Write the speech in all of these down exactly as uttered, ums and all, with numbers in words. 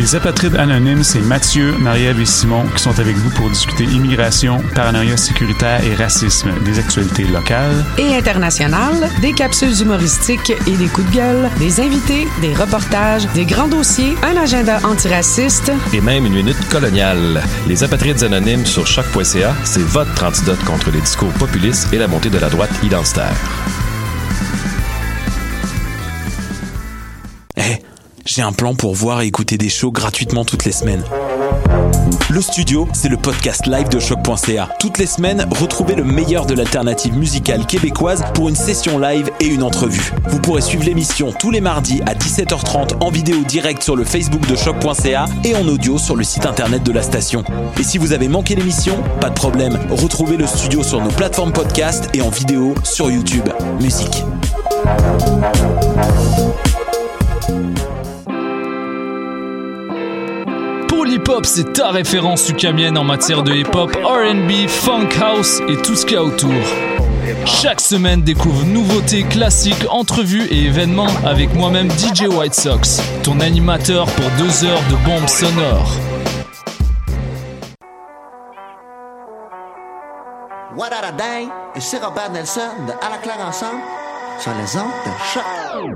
Les apatrides anonymes, c'est Mathieu, Marie-Ève et Simon qui sont avec vous pour discuter immigration, paranoïa sécuritaire et racisme, des actualités locales et internationales, des capsules humoristiques et des coups de gueule, des invités, des reportages, des grands dossiers, un agenda antiraciste et même une minute coloniale. Les apatrides anonymes sur choc point c a, c'est votre antidote contre les discours populistes et la montée de la droite identitaire. Hey, j'ai un plan pour voir et écouter des shows gratuitement toutes les semaines. Le Studio, c'est le podcast live de choc point c a. Toutes les semaines, retrouvez le meilleur de l'alternative musicale québécoise pour une session live et une entrevue. Vous pourrez suivre l'émission tous les mardis à dix-sept heures trente en vidéo directe sur le Facebook de choc point c a et en audio sur le site internet de la station. Et si vous avez manqué l'émission, pas de problème, retrouvez le Studio sur nos plateformes podcast et en vidéo sur YouTube. Musique. Hip-Hop, c'est ta référence ukamienne en matière de hip-hop, R and B, funk house et tout ce qu'il y a autour. Chaque semaine, découvre nouveautés, classiques, entrevues et événements avec moi-même D J White Sox, ton animateur pour deux heures de bombes sonores. What a day, et c'est Robert Nelson de À la claire ensemble sur les ondes de choc.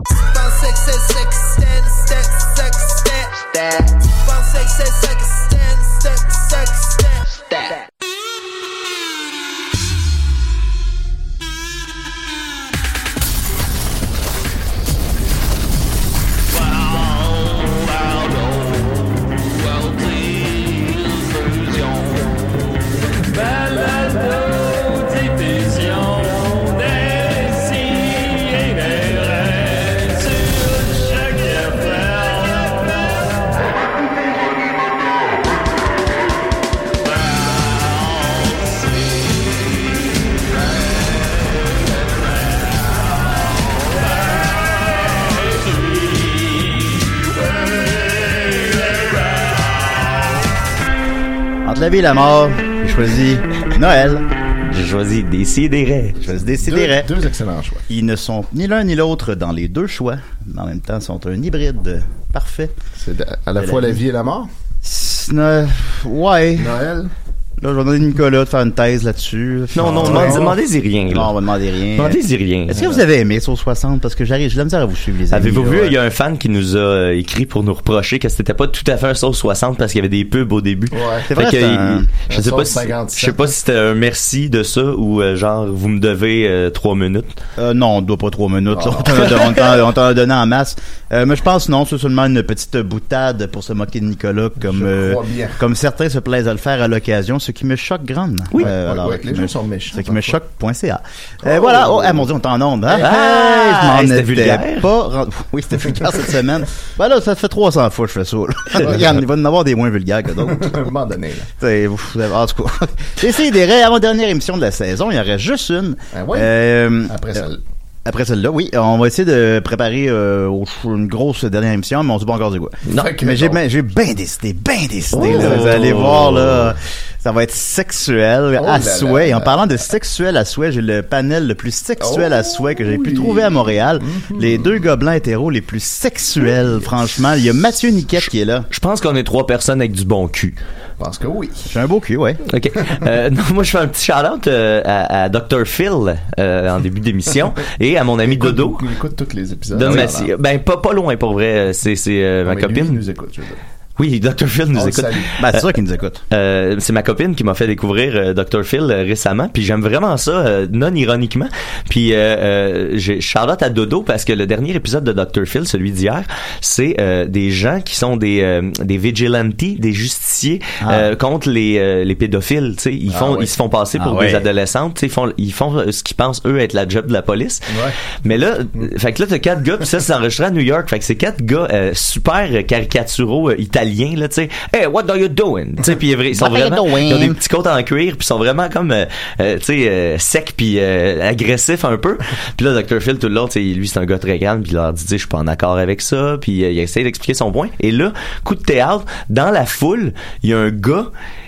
La vie et la mort, j'ai choisi Noël. J'ai choisi Décideret. J'ai choisi Décideret. Deux, deux excellents choix. Ils ne sont ni l'un ni l'autre dans les deux choix, mais en même temps sont un hybride parfait. C'est à la fois la vie et la mort? No... Ouais. Noël? Là, je vais demander à Nicolas de faire une thèse là-dessus. Non, non, non, demandez-y rien. Là. Non, on va demander rien. Demandez-y rien. Est-ce que vous avez aimé Sauce soixante? Parce que j'arrive, j'ai de la misère à vous suivre, les amis. Avez-vous là, vu, ouais. il y a un fan qui nous a écrit pour nous reprocher que c'était pas tout à fait un Sauce soixante parce qu'il y avait des pubs au début. Ouais. C'est vrai, c'est un... Je sais pas si, je sais pas si c'était un merci de ça ou euh, genre, vous me devez euh, trois minutes. Euh, non, on doit pas trois minutes. Oh. On t'en a, on t'en, on t'en a donné en masse. Euh, mais je pense non, c'est seulement une petite boutade pour se moquer de Nicolas, comme euh, comme certains se plaisent à le faire à l'occasion, ce qui me choque grandement. Oui. Euh, alors, ouais, les gens me, sont méchants. Ce qui me choque point c a. Euh, oh. Voilà. Oh, ah, mon Dieu, on est en onde, hein? Ah, hey, je m'en hey, c'était étais vulgaire. pas. Oui, c'était vulgaire cette semaine. Ben là, ça fait trois cents fois que je fais ça. Regarde, il va y en avoir des moins vulgaires que d'autres. À un moment donné, là. C'est, en tout cas. Décidérez, avant dernière émission de la saison, il y en reste juste une. Ah ouais? Euh, Après celle-là. Après celle-là, oui. On va essayer de préparer euh, une grosse dernière émission, mais on sait pas encore du quoi. Non, mais j'ai bien j'ai bien décidé, bien décidé. Oh. Là, vous allez voir, là, ça va être sexuel Oh à là souhait. là Et en là. parlant de sexuel à souhait, j'ai le panel le plus sexuel Oh, à souhait que j'ai oui. pu trouver à Montréal. Mm-hmm. Les deux gobelins hétéros les plus sexuels, franchement. Il y a Mathieu Niquette qui est là. Je pense qu'on est trois personnes avec du bon cul. Je pense que oui. J'ai un beau cul, ouais. OK. Euh, non, moi, je fais un petit shout-out euh, à, à docteur Phil euh, en début d'émission et à mon ami écoute, Dodo. Il écoute tous les épisodes. De Oui, Massy. Ben, pas, pas loin, pour vrai. C'est, c'est euh, non, ma mais copine. Lui, il nous écoute, je veux dire. Oui, docteur Phil nous On le écoute. salue. Ben, c'est sûr qu'il nous écoute. Euh, c'est ma copine qui m'a fait découvrir euh, docteur Phil euh, récemment, puis j'aime vraiment ça, euh, non ironiquement. Puis euh, euh, j'ai shout-out à Dodo parce que le dernier épisode de docteur Phil, celui d'hier, c'est euh, des gens qui sont des euh, des vigilantes, des justiciers Ah. euh, contre les euh, les pédophiles. Tu sais, ils Ah font ouais. ils se font passer pour Ah des ouais. adolescentes. Tu sais, ils font ils font euh, ce qu'ils pensent eux être la job de la police. Ouais. Mais là, euh, fait que là t'as quatre gars, puis ça c'est enregistré à New York. Fait que c'est quatre gars euh, super caricaturaux euh, italiens là, tu sais. Hey, what are you doing? Tu sais, puis ils sont What are you vraiment, doing? ils ont des petits côtes en cuir, puis ils sont vraiment comme, euh, euh, tu sais, euh, secs puis euh, agressifs un peu. Puis là, docteur Phil tout le long, tu sais, lui c'est un gars très calme, puis il leur dit, tu sais, je suis pas en accord avec ça, puis euh, il essaie d'expliquer son point. Et là, coup de théâtre, dans la foule, il y a un gars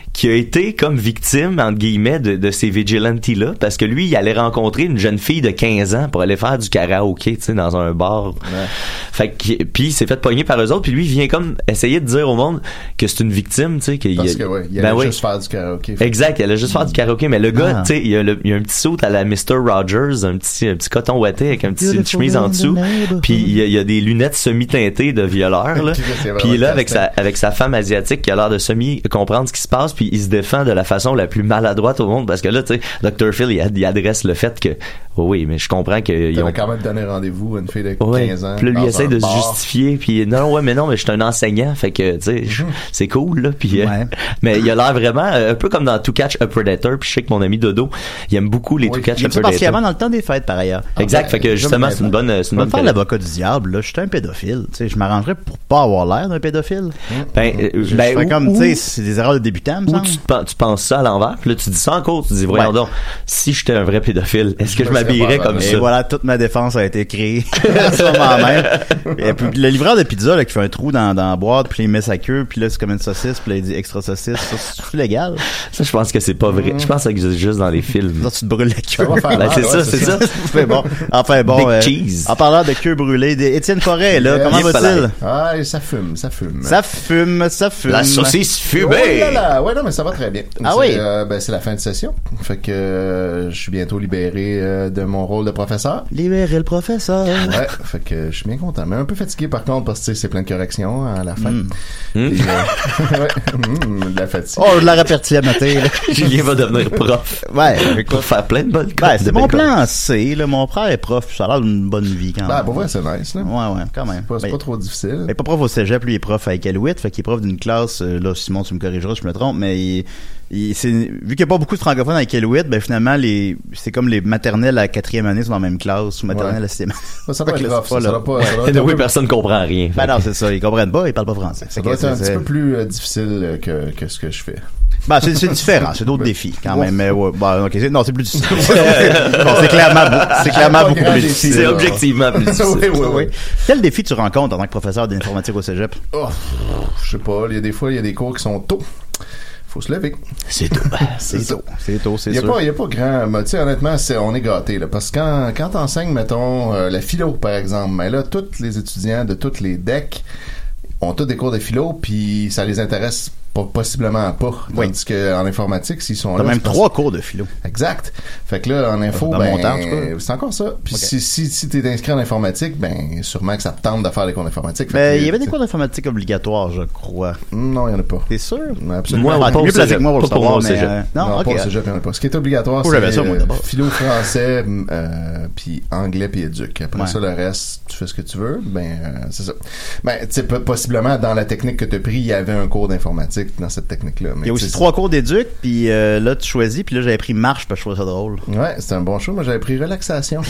qui a été comme victime, entre guillemets, de, de ces vigilantes-là, parce que lui, il allait rencontrer une jeune fille de quinze ans pour aller faire du karaoké, tu sais, dans un bar. Ouais. Fait que, puis il s'est fait pogner par eux autres, puis lui, il vient comme essayer de dire au monde que c'est une victime, tu sais, qu'il Parce il, que, ouais, il allait ben juste oui. faire du karaoké. Exact, il allait juste faire du karaoké, mais le gars, Ah. tu sais, il, il y a un petit saut à la mister Rogers, un petit, un petit coton ouaté avec un petit, une chemise en dessous, puis il y, a, il y a des lunettes semi-teintées de violeur, là. Puis là, avec sa, avec sa femme asiatique qui a l'air de semi-comprendre ce qui se passe, puis il se défend de la façon la plus maladroite au monde, parce que là, tu sais, docteur Phil, il, il adresse le fait que, oh oui, mais je comprends que... Il ont avait quand même donné rendez-vous à une fille de ouais. quinze ans. Puis là, lui, il essaie de bar. se justifier, puis non, ouais, mais non, mais je suis un enseignant, fait que, tu sais, mm-hmm. c'est cool, là, puis... Euh, ouais. mais il a l'air vraiment, euh, un peu comme dans To Catch a Predator, puis je sais que mon ami Dodo, il aime beaucoup les oui. To Catch a Predator. Particulièrement dans le temps des fêtes, par ailleurs. Exact, ah, fait que justement, c'est une bonne, c'est une je vais bonne me faire période. l'avocat du diable, là. Je suis un pédophile. Tu sais, je m'arrangerais pour pas avoir l'air d'un pédophile. Ben, euh, Je ben, ferais ou- comme, ou- tu sais, c'est des erreurs de débutants, me Ou semble. tu, pen- tu penses ça à l'envers, puis là tu dis ça en cours, tu dis voyons Ouais. donc, si j'étais un vrai pédophile, est-ce que je me serais m'habillerais pas comme avant. Et ça? voilà, toute ma défense a été créée à ce moment même. Et puis le livreur de pizza là, qui fait un trou dans, dans la boîte, puis il met sa queue, puis là c'est comme une saucisse, puis là il dit extra saucisse, ça c'est légal. Ça, je pense que c'est pas vrai. Je pense que ça existe juste dans les films. Ça tu te brûles la queue. va faire Ben, mal, c'est ouais, ça, c'est c'est ça. Enfin bon, enfin bon. Big euh, cheese. En parlant de queue brûlée, des- Étienne Forêt là, Yeah. comment Yep, va-t-il? Ah, et ça fume, ça fume. Ça fume, ça fume. La saucisse Oh fumée! là là, ouais, non, mais ça va très bien. Ah C'est, oui? euh, ben, c'est la fin de session. Fait que euh, je suis bientôt libéré euh, de mon rôle de professeur. Libérer le professeur. Ouais, fait que je suis bien content. Mais un peu fatigué par contre parce que tu sais, c'est plein de corrections à la fin. Mm. Et, euh, ouais, mm, de la fatigue. Oh, de la répartie à matin, là. Julien va devenir prof. Ouais, Pour écoute. faire plein de bonnes Ben, de c'est mon belles plan C, là. Mon frère est prof, ça a l'air d'une bonne vie quand même. Ben, pour vrai, c'est nice, là. Ouais, ouais, quand même. C'est pas, c'est Ben, pas trop difficile. il est pas prof au cégep, lui, il est prof à Iqaluit, fait qu'il est prof d'une classe, euh, là, Simon, tu me corrigeras si je me trompe, mais il, il, c'est, vu qu'il n'y a pas beaucoup de francophones à Iqaluit, ben, finalement, les, c'est comme les maternelles à quatrième année sont dans la même classe, ou maternelle Ouais. à sixième année. Ça, ça doit Fait être que là, rough, c'est ça. pas Ça là. doit pas, ça doit être Ben un oui, peu- personne comprend rien. Ben non, c'est ça, ils comprennent pas, ils parlent pas français. ça Fait doit que être un c'est- petit c'est- peu plus euh, difficile euh, que, que ce que je fais. Ben, c'est, c'est différent, c'est d'autres Ouais. défis, quand Ouais. même, mais ouais, ben, ok, c'est, non, c'est plus difficile. non, c'est clairement, beau- c'est clairement Pas beaucoup grand plus défi, difficile. C'est là. objectivement plus difficile. oui, oui, oui. Quel défi tu rencontres en tant que professeur d'informatique au cégep? Oh, je sais pas, il y a des fois, il y a des cours qui sont tôt. Faut se lever. C'est tout. C'est ça. tôt, c'est tôt, c'est Il y a sûr. pas, il y a pas grand, mais tu sais, honnêtement, c'est, on est gâtés, là. Parce que quand, quand t'enseignes, mettons, euh, la philo, par exemple, mais là, tous les étudiants de toutes les decks ont tous des cours de philo, puis ça les intéresse pas, possiblement pas. Oui. Tandis que en informatique, s'ils sont T'as là. même c'est parce- trois cours de philo. Exact. Fait que là, en info, Dans ben, mon temps, en tout cas. c'est encore ça. Puis Ok. si, si, si t'es inscrit en informatique, ben, sûrement que ça te tente de faire des cours d'informatique. Fait Mais que, il y avait des t'sais, cours d'informatique obligatoires, je crois. Non, il y en a pas. T'es sûr? Absolument. Moi, Ah, pas t'es au mieux placé cégep. que moi pour le Pas pour savoir, moi au mais... cégep. euh, Non, Non, ok. pas au cégep, il y en a pas. Ce qui est obligatoire, Moi, c'est j'avais ça, moi, euh, d'abord. philo français, euh, puis anglais puis éduc. Après Ouais. ça, le reste, tu fais ce que tu veux. Ben, euh, c'est ça. Ben, tu sais, po- possiblement, dans la technique que tu as pris, il y avait un cours d'informatique dans cette technique-là. Mais Il y a aussi tu sais, trois cours d'éduc, puis euh, là, tu choisis, puis là, j'avais pris marche, parce que je trouvais ça drôle. Ouais, c'était un bon choix. Moi, j'avais pris relaxation.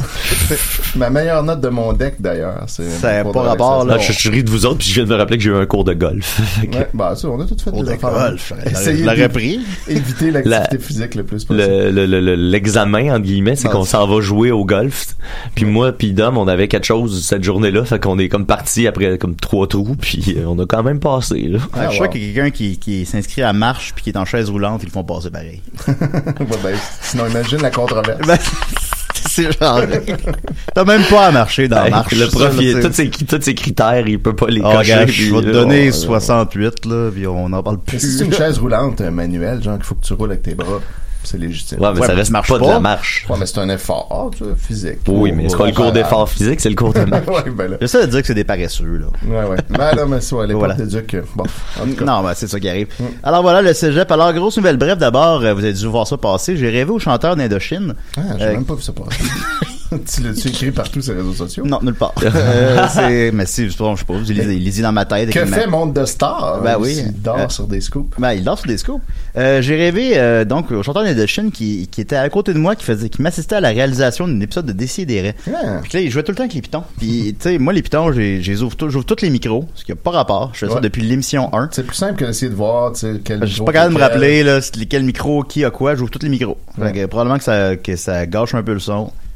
Ma meilleure note de mon deck, d'ailleurs. C'est Ça a mon cours pas de rapport, relaxation. Là, je, je ris de vous autres, puis je viens de me rappeler que j'ai eu un cours de golf. Fait que Ouais, bah, ça, on a tout fait Cours des de affaires. golf, je l'aurais- Essayez je l'aurais d'évi- pris. Éviter l'activité La- physique le plus possible. le, le, le, le- l'examen, entre guillemets, c'est Ah, qu'on c'est- s'en va jouer au golf. Puis moi, puis Dom, on avait quelque chose cette journée-là, fait qu'on est comme parti après comme trois trous, puis euh, on a quand même passé, là. Ah, Ah, je crois wow. qu'il y a quelqu'un qui, qui s'inscrit à marche, puis qui est en chaise roulante, ils le font passer pareil. Ouais, ben, sinon, imagine la controverse. Ben, c'est genre... T'as même pas à marcher dans la Hey, marche. le ça, prof, là, il, c'est- tous, ses, tous ses critères, il peut pas les Oh, cocher. gars, puis je vais te là, donner on- soixante-huit, là, puis on n'en parle Mais plus. si c'est une chaise roulante euh, manuelle, genre qu'il faut que tu roules avec tes bras, c'est légitime. Ouais, mais Ouais, ça mais reste tu marches pas, de pas. la marche. Ouais, mais c'est un effort, tu vois, physique. Oui, mais c'est pas le cours d'effort physique, c'est le cours de marche. Ouais, ben là. J'essaie de dire que c'est des paresseux, là. Ouais, ouais. Ben là, mais c'est, ouais, l'époque Voilà. d'éduc, euh, bon, en tout cas. Non, ben, c'est ça qui arrive. Alors voilà, le cégep. Alors, grosse nouvelle bref, d'abord, euh, vous avez dû voir ça passer. J'ai rêvé au chanteur d'Indochine. Ah, j'ai Euh, même pas vu ça passer. tu l'as-tu écrit partout sur les réseaux sociaux? Non, nulle part. euh, c'est, mais si, je sais pas, je sais pas, vous lisez, lisez dans ma tête. avec Que une ma- fait Monde de Star? Ben oui. Il dort Euh, sur des scoops. Ben, il dort sur des scoops. Euh, j'ai rêvé, euh, donc, au chanteur d'Indochine qui, qui était à côté de moi, qui faisait, qui m'assistait à la réalisation d'un épisode de Décideret. Ah. Puis là, il jouait tout le temps avec les pitons. Puis, tu sais, moi, les pitons, j'ai, j'ai ouvre tout, j'ouvre tous les micros, ce qui a pas rapport. Je fais ça Ouais. depuis l'émission un. C'est plus simple que d'essayer de voir, tu sais, quel Je suis micro pas capable de me quel- rappeler, là, c'est lesquels micros, qui a quoi, j'ouvre tous les micros. Fait Ouais. que, probablement que ça, que ça gâche un peu le son.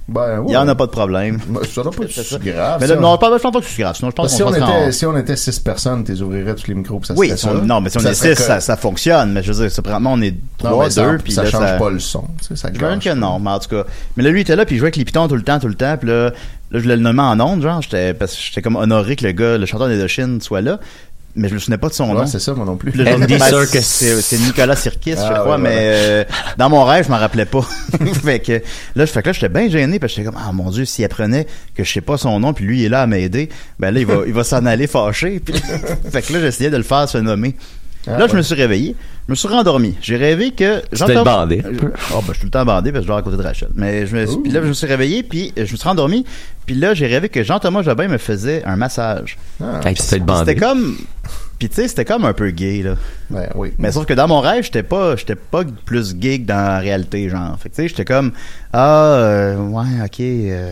Ben, ouais. Il y en a pas de problème. Ben, ça doit pas être si grave. Mais là, non, pas, je pense pas que c'est grave. Sinon, je pense si qu'on on, se était, rend... si on était six personnes, tu ouvrirais tous les micros, ça Oui, serait si on, ça. non, mais si on ça est six, que... ça, ça fonctionne. Mais je veux dire, c'est vraiment, on est trois, deux, puis ça là, change ça... pas le son. Tu sais, ça J'imagine gâche. que non, mais en tout cas. Mais là, lui, il était là, puis il jouait avec les pitons tout le temps, tout le temps, puis là, là, je voulais le nommer en ondes, genre, j'étais, parce que j'étais comme honoré que le gars, le chanteur d'Indochine soit là. Mais je me souvenais pas de son ouais, nom. c'est ça, moi non plus. Le Andy ben, Serkis. C'est, c'est Nicolas Sirkis, Ah, je crois, ouais, mais ouais. euh, dans mon rêve, je m'en rappelais pas. fait que là, je fait que là, j'étais bien gêné parce que j'étais comme ah mon Dieu, s'il apprenait que je sais pas son nom, puis lui il est là à m'aider, ben là il va, il va s'en aller fâché. Puis fait que là, j'essayais de le faire se nommer. Ah, là, ouais. je me suis réveillé, je me suis rendormi. J'ai rêvé que C'était le bandé. Oh, ben, je suis tout le temps bandé parce que je dors à côté de Rachel. Mais je me suis, puis là, je me suis réveillé, puis je me suis rendormi, puis là, j'ai rêvé que Jean-Thomas Jobin me faisait un massage. Ah, Hey, tu te fais bandé. C'était comme Puis tu sais, c'était comme un peu gay là. Ben oui. Mais sauf que dans mon rêve, j'étais pas j'étais pas plus gay que dans la réalité, genre. Fait que tu sais, j'étais comme ah euh, ouais, OK, euh,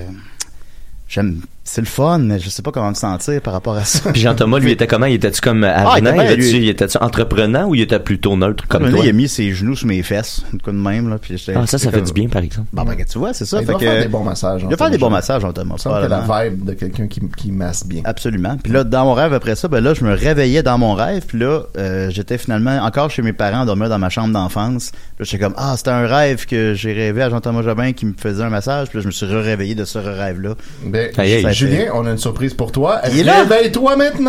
j'aime c'est le fun, mais je sais pas comment me sentir par rapport à ça. Puis Jean-Thomas, lui, était comment? Il était-tu comme avenant? Ah, il était bien, il était-tu, lui. il était-tu entreprenant ou il était plutôt neutre comme Là, toi? il a mis ses genoux sur mes fesses, une coup de même là, puis j'étais Ah, ça, ça fait du bien, par exemple. Bon, ben, tu vois, c'est ça. Il fait doit que, faire des bons massages. il doit faire des bons massages, Jean-Thomas. Il me semble que probablement. la vibe de quelqu'un qui, qui masse bien. Absolument. Puis là, dans mon rêve, après ça, ben là, je me réveillais dans mon rêve. Puis là, euh, j'étais finalement encore chez mes parents, dormir dans ma chambre d'enfance. Puis là, j'étais comme, ah, c'était un rêve que j'ai rêvé à Jean-Thomas Jobin qui me faisait un massage. Puis là, je me suis réveillé de ce rêve-là. Ben, Hey, hey, Ça a Julien, été- on a une surprise pour toi. Il est là. Réveille-toi maintenant.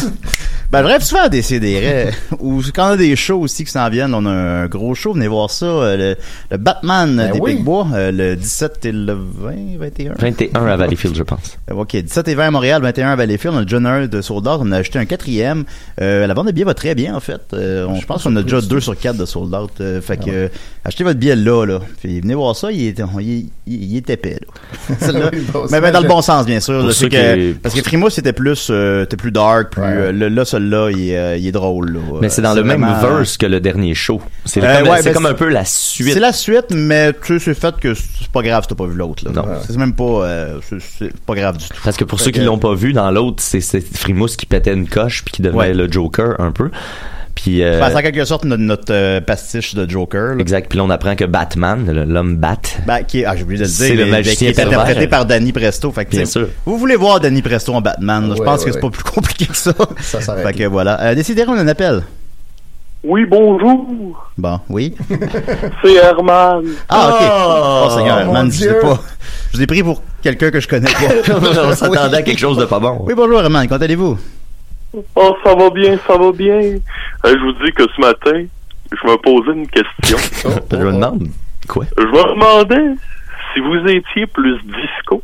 Ben, je rêve souvent à des C D R. Ou quand on a des shows aussi qui s'en viennent, on a un gros show. Venez voir ça. euh, le, le Batman Ben des oui. Picbois, euh, le dix-sept et le vingt, vingt et un. vingt et un à Valleyfield, je pense. Euh, OK, dix-sept et vingt à Montréal, vingt et un à Valleyfield. On a déjà un de Sold Out. On a acheté un quatrième. Euh, la vente de billets va très bien, en fait. Euh, on, je pense qu'on a déjà deux sur quatre de Sold Out. Euh, fait que, euh, achetez votre billet là, là. Puis venez voir ça. Il est, il, il, il est épais, là. Celle-là. Oui, bon, mais ben, dans le bon sens, bien sûr. Pour là. ceux C'est que, qui- parce que Frimousse, c'était plus, euh, c'était plus dark, plus, Ouais. euh, là, là, celui-là, il, est, euh, il est drôle, là. Mais c'est dans Euh, le même vraiment- verse que le dernier show. C'est Euh, comme, ouais, c'est ben, comme c'est- un peu la suite. C'est la suite, mais tu sais, c'est fait que c'est pas grave si t'as pas vu l'autre, là. Non. C'est même pas, euh, c'est, c'est pas grave du tout. Parce que pour Fait ceux que- qui l'ont pas vu, dans l'autre, c'est, c'est Frimousse qui pétait une coche puis qui devenait Ouais. le Joker un peu. Puis euh, Ben, c'est en quelque sorte notre, notre euh, pastiche de Joker, là. exact. Puis là, on apprend que Batman, le- l'homme Bat, Ben, qui est, ah, j'ai oublié de le dire, C'est le mais- magicien qui est pervers. interprété par Danny Presto. Fait que, Bien tu sais, sûr. vous voulez voir Danny Presto en Batman, là, je Ouais, pense ouais, que c'est pas ouais. plus compliqué que ça. Ça s'arrête Fait que là. voilà. Euh, décidérons un appel. Oui, bonjour. Bon, oui. C'est Herman. Ah, ok. Oh, Oh, Seigneur, mon Herman, je sais Dieu. pas. Je vous ai pris pour quelqu'un que je connais pas. on s'attendait à quelque chose de pas bon. Oui, bonjour, Herman. Comment allez-vous? Oh, ça va bien, ça va bien. Euh, je vous dis que ce matin, je me posais une question. Je me demande quoi. Je me demandais si vous étiez plus disco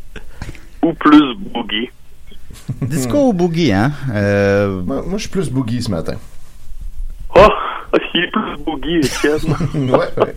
ou plus boogie. Disco ou boogie, hein? Euh, Moi, moi, je suis plus boogie ce matin. Oh, il est plus boogie, Étienne. Ouais, ouais.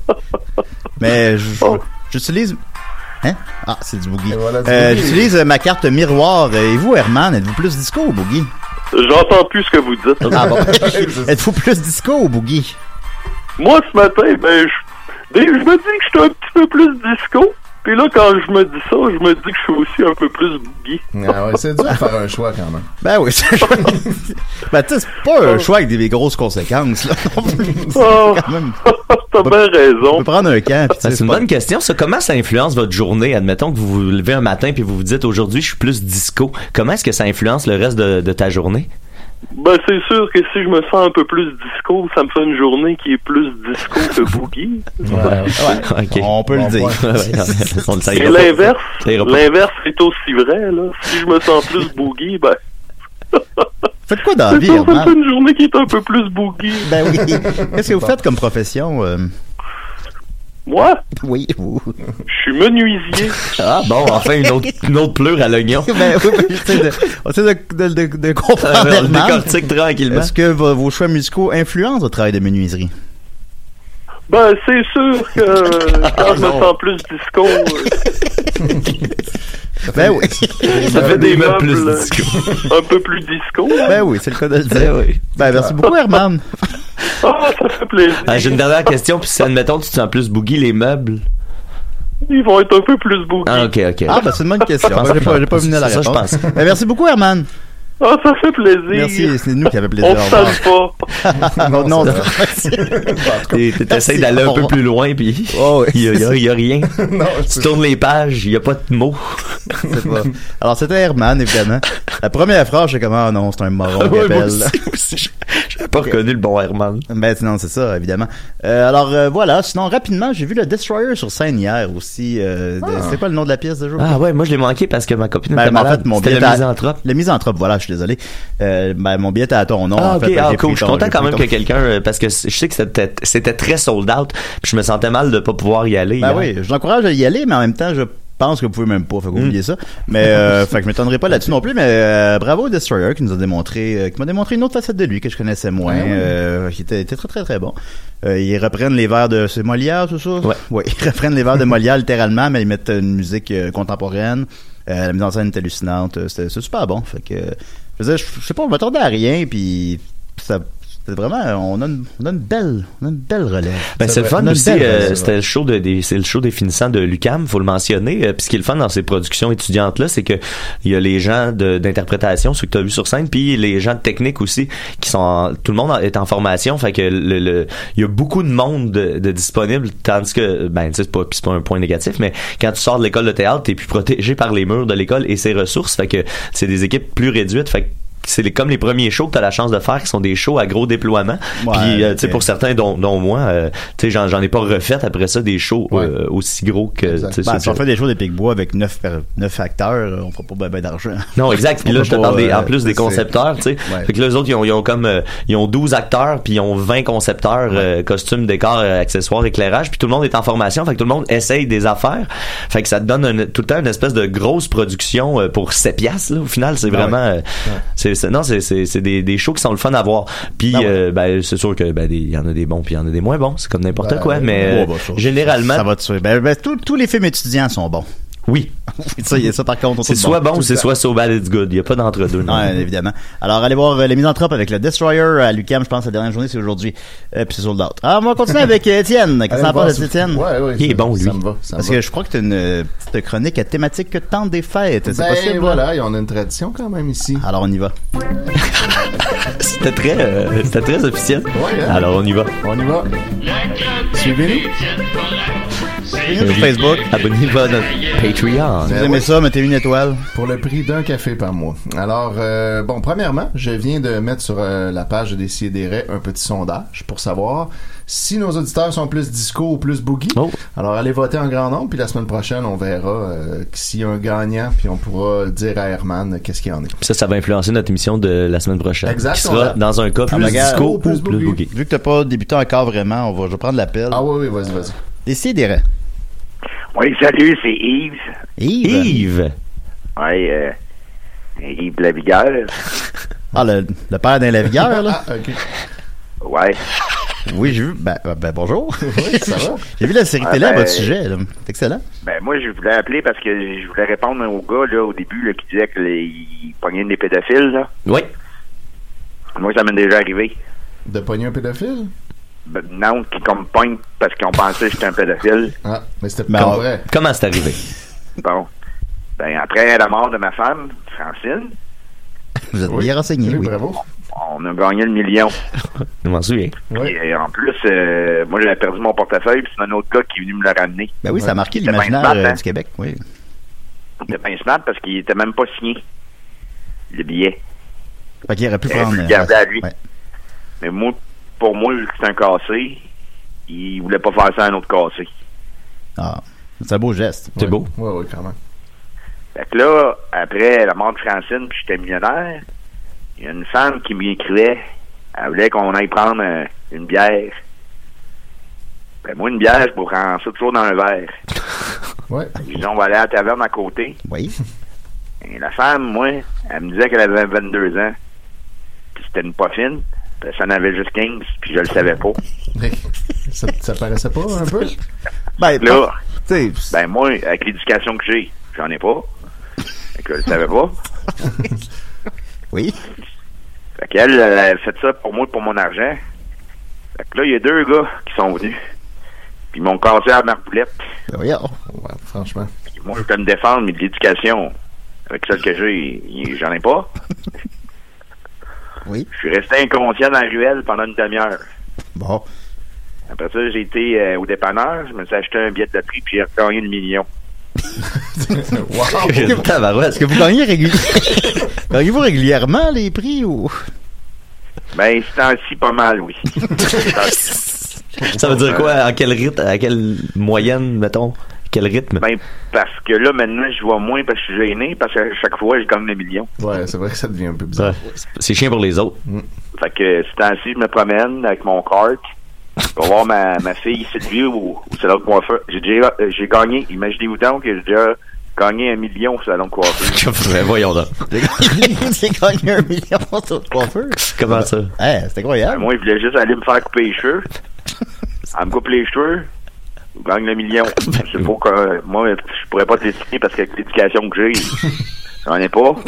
mais je- Oh. j'utilise... Hein? Ah, c'est du boogie. Et voilà, du Euh, boogie. j'utilise euh, ma carte miroir. Et vous, Herman, êtes-vous plus disco ou boogie? J'entends plus ce que vous dites. Ah bon. Êtes-vous plus disco ou boogie? Moi, ce matin, ben, je, je me dis que je suis un petit peu plus disco. Puis là, quand je me dis ça, je me dis que je suis aussi un peu plus boogie. Ah ouais, c'est dur de faire un choix quand même. Ben oui, c'est ben, tu sais, c'est pas un choix avec des grosses conséquences, là. non plus. C'est Oh, quand même... t'as bien On raison. peut prendre un camp. Puis, tu sais, C'est une pas- bonne question. Ça, comment ça influence votre journée? Admettons que vous vous levez un matin puis vous vous dites aujourd'hui je suis plus disco. Comment est-ce que ça influence le reste de, de ta journée? Ben, c'est sûr que si je me sens un peu plus disco, ça me fait une journée qui est plus disco que boogie. Ouais. Ok. On peut Bon le dire. point. Ouais, ouais, on le sait. Et l'inverse, Ça ira pas. l'inverse est aussi vrai, là. Si je me sens plus boogie, ben, Faites quoi dans la c'est vie, ça, ça me fait Herman? une journée qui est un peu plus boogie. Ben oui. Qu'est-ce que vous faites comme profession? euh? Moi, Oui, vous. je suis menuisier. Ah bon, enfin une autre, une autre pleure à l'oignon. Ben oui, ben, j'essaie de, on essaie de, de, de, de comprendre, On le Herman. décortique tranquillement. Est-ce que vos, vos choix musicaux influencent votre travail de menuiserie? Ben, c'est sûr que quand je me sens plus disco, euh, Ben oui. Ça fait des des meubles plus meubles, disco. un peu plus disco. Ben oui, c'est le cas de le Ben dire. oui. Ben merci beaucoup, Herman. Ah, ça fait plaisir. Ah, j'ai une dernière question, puis si admettons tu te sens plus boogie, les meubles. Ils vont être un peu plus boogie. Ah ok, ok. Ah, ben c'est une bonne question. Je pense Ben, j'ai que- pas, j'ai pas venu à la c'est ça, je réponse. pense. Ben, merci beaucoup, Herman. Ah, ça fait plaisir. Merci, c'est nous qui avait plaisir. On se salue pas. non, non, t'essayes d'aller un peu plus loin, puis oh, oui, il y a, y a, y a rien. Non, tu tournes les pages, il y a pas de mots. C'est pas. Alors, c'était Herman, évidemment. La première phrase, j'étais comme, ah non, c'est un moron qui ouais, appelle. Moi aussi, aussi, j'avais pas reconnu le bon Herman. Ben, non, c'est ça, évidemment. Euh, alors, euh, voilà. Sinon, rapidement, j'ai vu le Destroyer sur scène hier aussi. Euh, ah. C'est quoi le nom de la pièce de jour? Ah ouais, moi, je l'ai manqué parce que ma copine ben, était malade. En fait, mon C'était le à... misanthrope. Le misanthrope, voilà, je suis désolé. Euh, ben, mon billet était à ton nom. Ah, en ok, fait, ah, j'ai cool. Je suis ton, content quand même ton... que quelqu'un, parce que je sais que c'était, c'était très sold out, puis je me sentais mal de pas pouvoir y aller. Ben hier. oui, je vous encourage à y aller, mais en même temps, je pense que vous pouvez même pas, fait qu'oubliez mm. ça. Mais, euh, fait que je m'étonnerai pas là-dessus non plus, mais, euh, bravo Destroyer qui nous a démontré, euh, qui m'a démontré une autre facette de lui que je connaissais moins, ah, oui. euh, qui était, était très très très bon. Euh, ils reprennent les vers de, c'est Molière, tout ça? Ouais. Oui, ils reprennent les vers de Molière littéralement, mais ils mettent une musique euh, contemporaine. Euh, la mise en scène est hallucinante. C'était, c'est super bon. Fait que, je veux dire, je, je sais pas, on m'attendait à rien, puis ça, c'est vraiment, on a une, on a une belle, on a une belle relève. Ben, c'est, c'est le fun aussi, euh, c'était le show de, des, c'est le show des finissants de l'U Q A M, faut le mentionner. Euh, puis ce qui est le fun dans ces productions étudiantes-là, c'est que il y a les gens de, d'interprétation, ceux que tu as vus sur scène, puis les gens de technique aussi, qui sont, en, tout le monde est en formation, fait que le, le, il y a beaucoup de monde de, de disponible, tandis que, ben, tu sais, c'est pas, c'est pas un point négatif, mais quand tu sors de l'école de théâtre, t'es plus protégé par les murs de l'école et ses ressources, fait que c'est des équipes plus réduites, fait que c'est les, comme les premiers shows que tu as la chance de faire qui sont des shows à gros déploiement. Ouais, puis euh, tu sais, pour certains dont, dont moi, euh, tu sais, j'en, j'en ai pas refait après ça des shows ouais. euh, aussi gros que ben, si on fait des shows des Picbois avec neuf neuf acteurs, on fera pas ben, ben d'argent. Non, exact. Puis là je te parle des, en plus des concepteurs, tu sais. Ouais. Fait que là, eux autres ils ont, ils ont comme euh, ils ont douze acteurs puis ils ont vingt concepteurs, ouais. euh, costumes, décors, euh, accessoires, éclairage, puis tout le monde est en formation, fait que tout le monde essaye des affaires. Fait que ça te donne un, tout le temps une espèce de grosse production euh, pour sept piastres là, au final, c'est vraiment ouais. Euh, ouais. c'est, c'est non, c'est c'est c'est des, des shows qui sont le fun à voir. Puis ah ouais. euh, ben c'est sûr que ben il y en a des bons puis il y en a des moins bons, c'est comme n'importe ben, quoi, mais oh, bah, ça, généralement ça va te suivre. Ben, ben tous les films étudiants sont bons. Oui. ça, y a ça par contre. C'est soit bon, bon ou c'est soit so bad it's good. Il y a pas d'entre-deux. Non, ouais, évidemment. Alors allez voir euh, les misanthropes avec le Destroyer à l'U Q A M, je pense la dernière journée c'est aujourd'hui. Euh, puis c'est sold out. Alors on va continuer avec Étienne. Qu'est-ce que t'en penses d'Étienne? Ouais, ouais. Il est bon lui. Ça me va, ça me Parce va. que je crois que t'as une petite chronique à thématique que tente des fêtes. C'est ben, possible. Voilà, on a une tradition quand même ici. Alors on y va. c'était très, euh, c'était très officiel. Ouais, hein? Alors on y va. On y va. Suivez-nous. Suivez-nous sur Facebook. Abonnez-vous à notre Patreon. Si vous aimez ça, mettez une étoile. Pour le prix d'un café par mois. Alors, euh, bon, premièrement, je viens de mettre sur euh, la page de Décideret un petit sondage pour savoir si nos auditeurs sont plus disco ou plus boogie. Oh. Alors, allez voter en grand nombre, puis la semaine prochaine, on verra euh, s'il y a un gagnant, puis on pourra dire à Herman qu'est-ce qu'il y en est. Puis ça, ça va influencer notre émission de la semaine prochaine. Exact. Qui sera, dans un cas, plus ah, disco ou plus, plus boogie. Vu que t'as pas débuté encore vraiment, on va, je vais prendre l'appel. Ah oui, oui, vas-y, vas-y. Décideret. Oui, salut, c'est Yves. Yves? Yves. Oui, euh, Yves Lavigueur. Ah, le, le père d'un Lavigueur, là? Ah, OK. Ouais. Oui, j'ai vu. Ben, ben bonjour. Oui, ça va. J'ai vu la série ah, télé ben, à votre sujet, là. C'est excellent. Ben, moi, je voulais appeler parce que je voulais répondre au gars, là, au début, là, qui disait qu'il pognait des pédophiles, là. Oui. Moi, ça m'est déjà arrivé. De pogner un pédophile? Ben, non, qui comme pogne parce qu'on pensait que j'étais un pédophile. Ah, mais c'était pas ben, vrai. Comment c'est arrivé? Bon. Ben, après la mort de ma femme, Francine. Vous êtes oui. bien renseigné, oui. Bravo. On a gagné le million. Je m'en souviens. Oui. Et en plus, euh, moi, j'avais perdu mon portefeuille, puis c'est un autre gars qui est venu me le ramener. Ben oui, ouais. ça a marqué l'imaginaire smart, euh, hein? du Québec, oui. C'était bien smart parce qu'il était même pas signé, le billet. Fait qu'il aurait pu prendre... Je gardais à lui. Ouais. Mais moi, pour moi, vu que c'est un cassé, il voulait pas faire ça à un autre cassé. Ah, c'est un beau geste. C'est ouais. beau. Oui, oui, quand même. Fait que là, après la mort de Francine, puis j'étais millionnaire, il y a une femme qui m'écrivait, elle voulait qu'on aille prendre euh, une bière. Ben moi, une bière, je vous prends ça toujours dans un verre. Ouais. Ils disent, on va aller à la taverne à côté. Oui. Et la femme, moi, elle me disait qu'elle avait vingt-deux ans, puis c'était une pas fine. Ça en avait juste quinze, puis je le savais pas. ça, ça paraissait pas un peu? Ben, là, ben moi, avec l'éducation que j'ai, j'en ai pas. Fait que je le savais pas. Oui. Fait qu'elle, elle a fait ça pour moi, pour mon argent. Fait que là, il y a deux gars qui sont venus. Puis ils m'ont cassé à la marboulette. Ben oui, oh. Ouais, franchement. Puis moi, je peux me défendre, mais de l'éducation, avec celle que j'ai, j'en ai pas. Oui. Je suis resté inconscient dans la ruelle pendant une demi-heure. Bon. Après ça, j'ai été euh, au dépanneur, je me suis acheté un billet de loterie puis j'ai gagné le million. Wow! Est-ce que vous gagnez régulièrement? Gagnez-vous régulièrement les prix ou? Ben, c'est temps-ci pas mal, oui. Ça veut dire quoi? À quel rythme? À quelle moyenne, mettons? Quel rythme? Ben, parce que là, maintenant, je vois moins parce que je suis gêné, parce que chaque fois, je gagne le million. Ouais, c'est vrai que ça devient un peu bizarre. Ouais, c'est chiant pour les autres. Mm. Fait que, ce temps-ci, je me promène avec mon kart. Je vais voir ma, ma fille Sylvie au, au salon de coiffeur. J'ai déjà, euh, j'ai gagné, imaginez-vous donc que j'ai déjà gagné un million au salon de coiffeur. Ben, voyons donc. J'ai gagné un million au salon de coiffeur. Comment ça? Hey, c'est incroyable. Ben, moi, il voulait juste aller me faire couper les cheveux. Elle me coupe les cheveux. Je gagne le million. C'est pour que, euh, moi, je pourrais pas te l'expliquer parce qu'avec l'éducation que j'ai, j'en ai pas.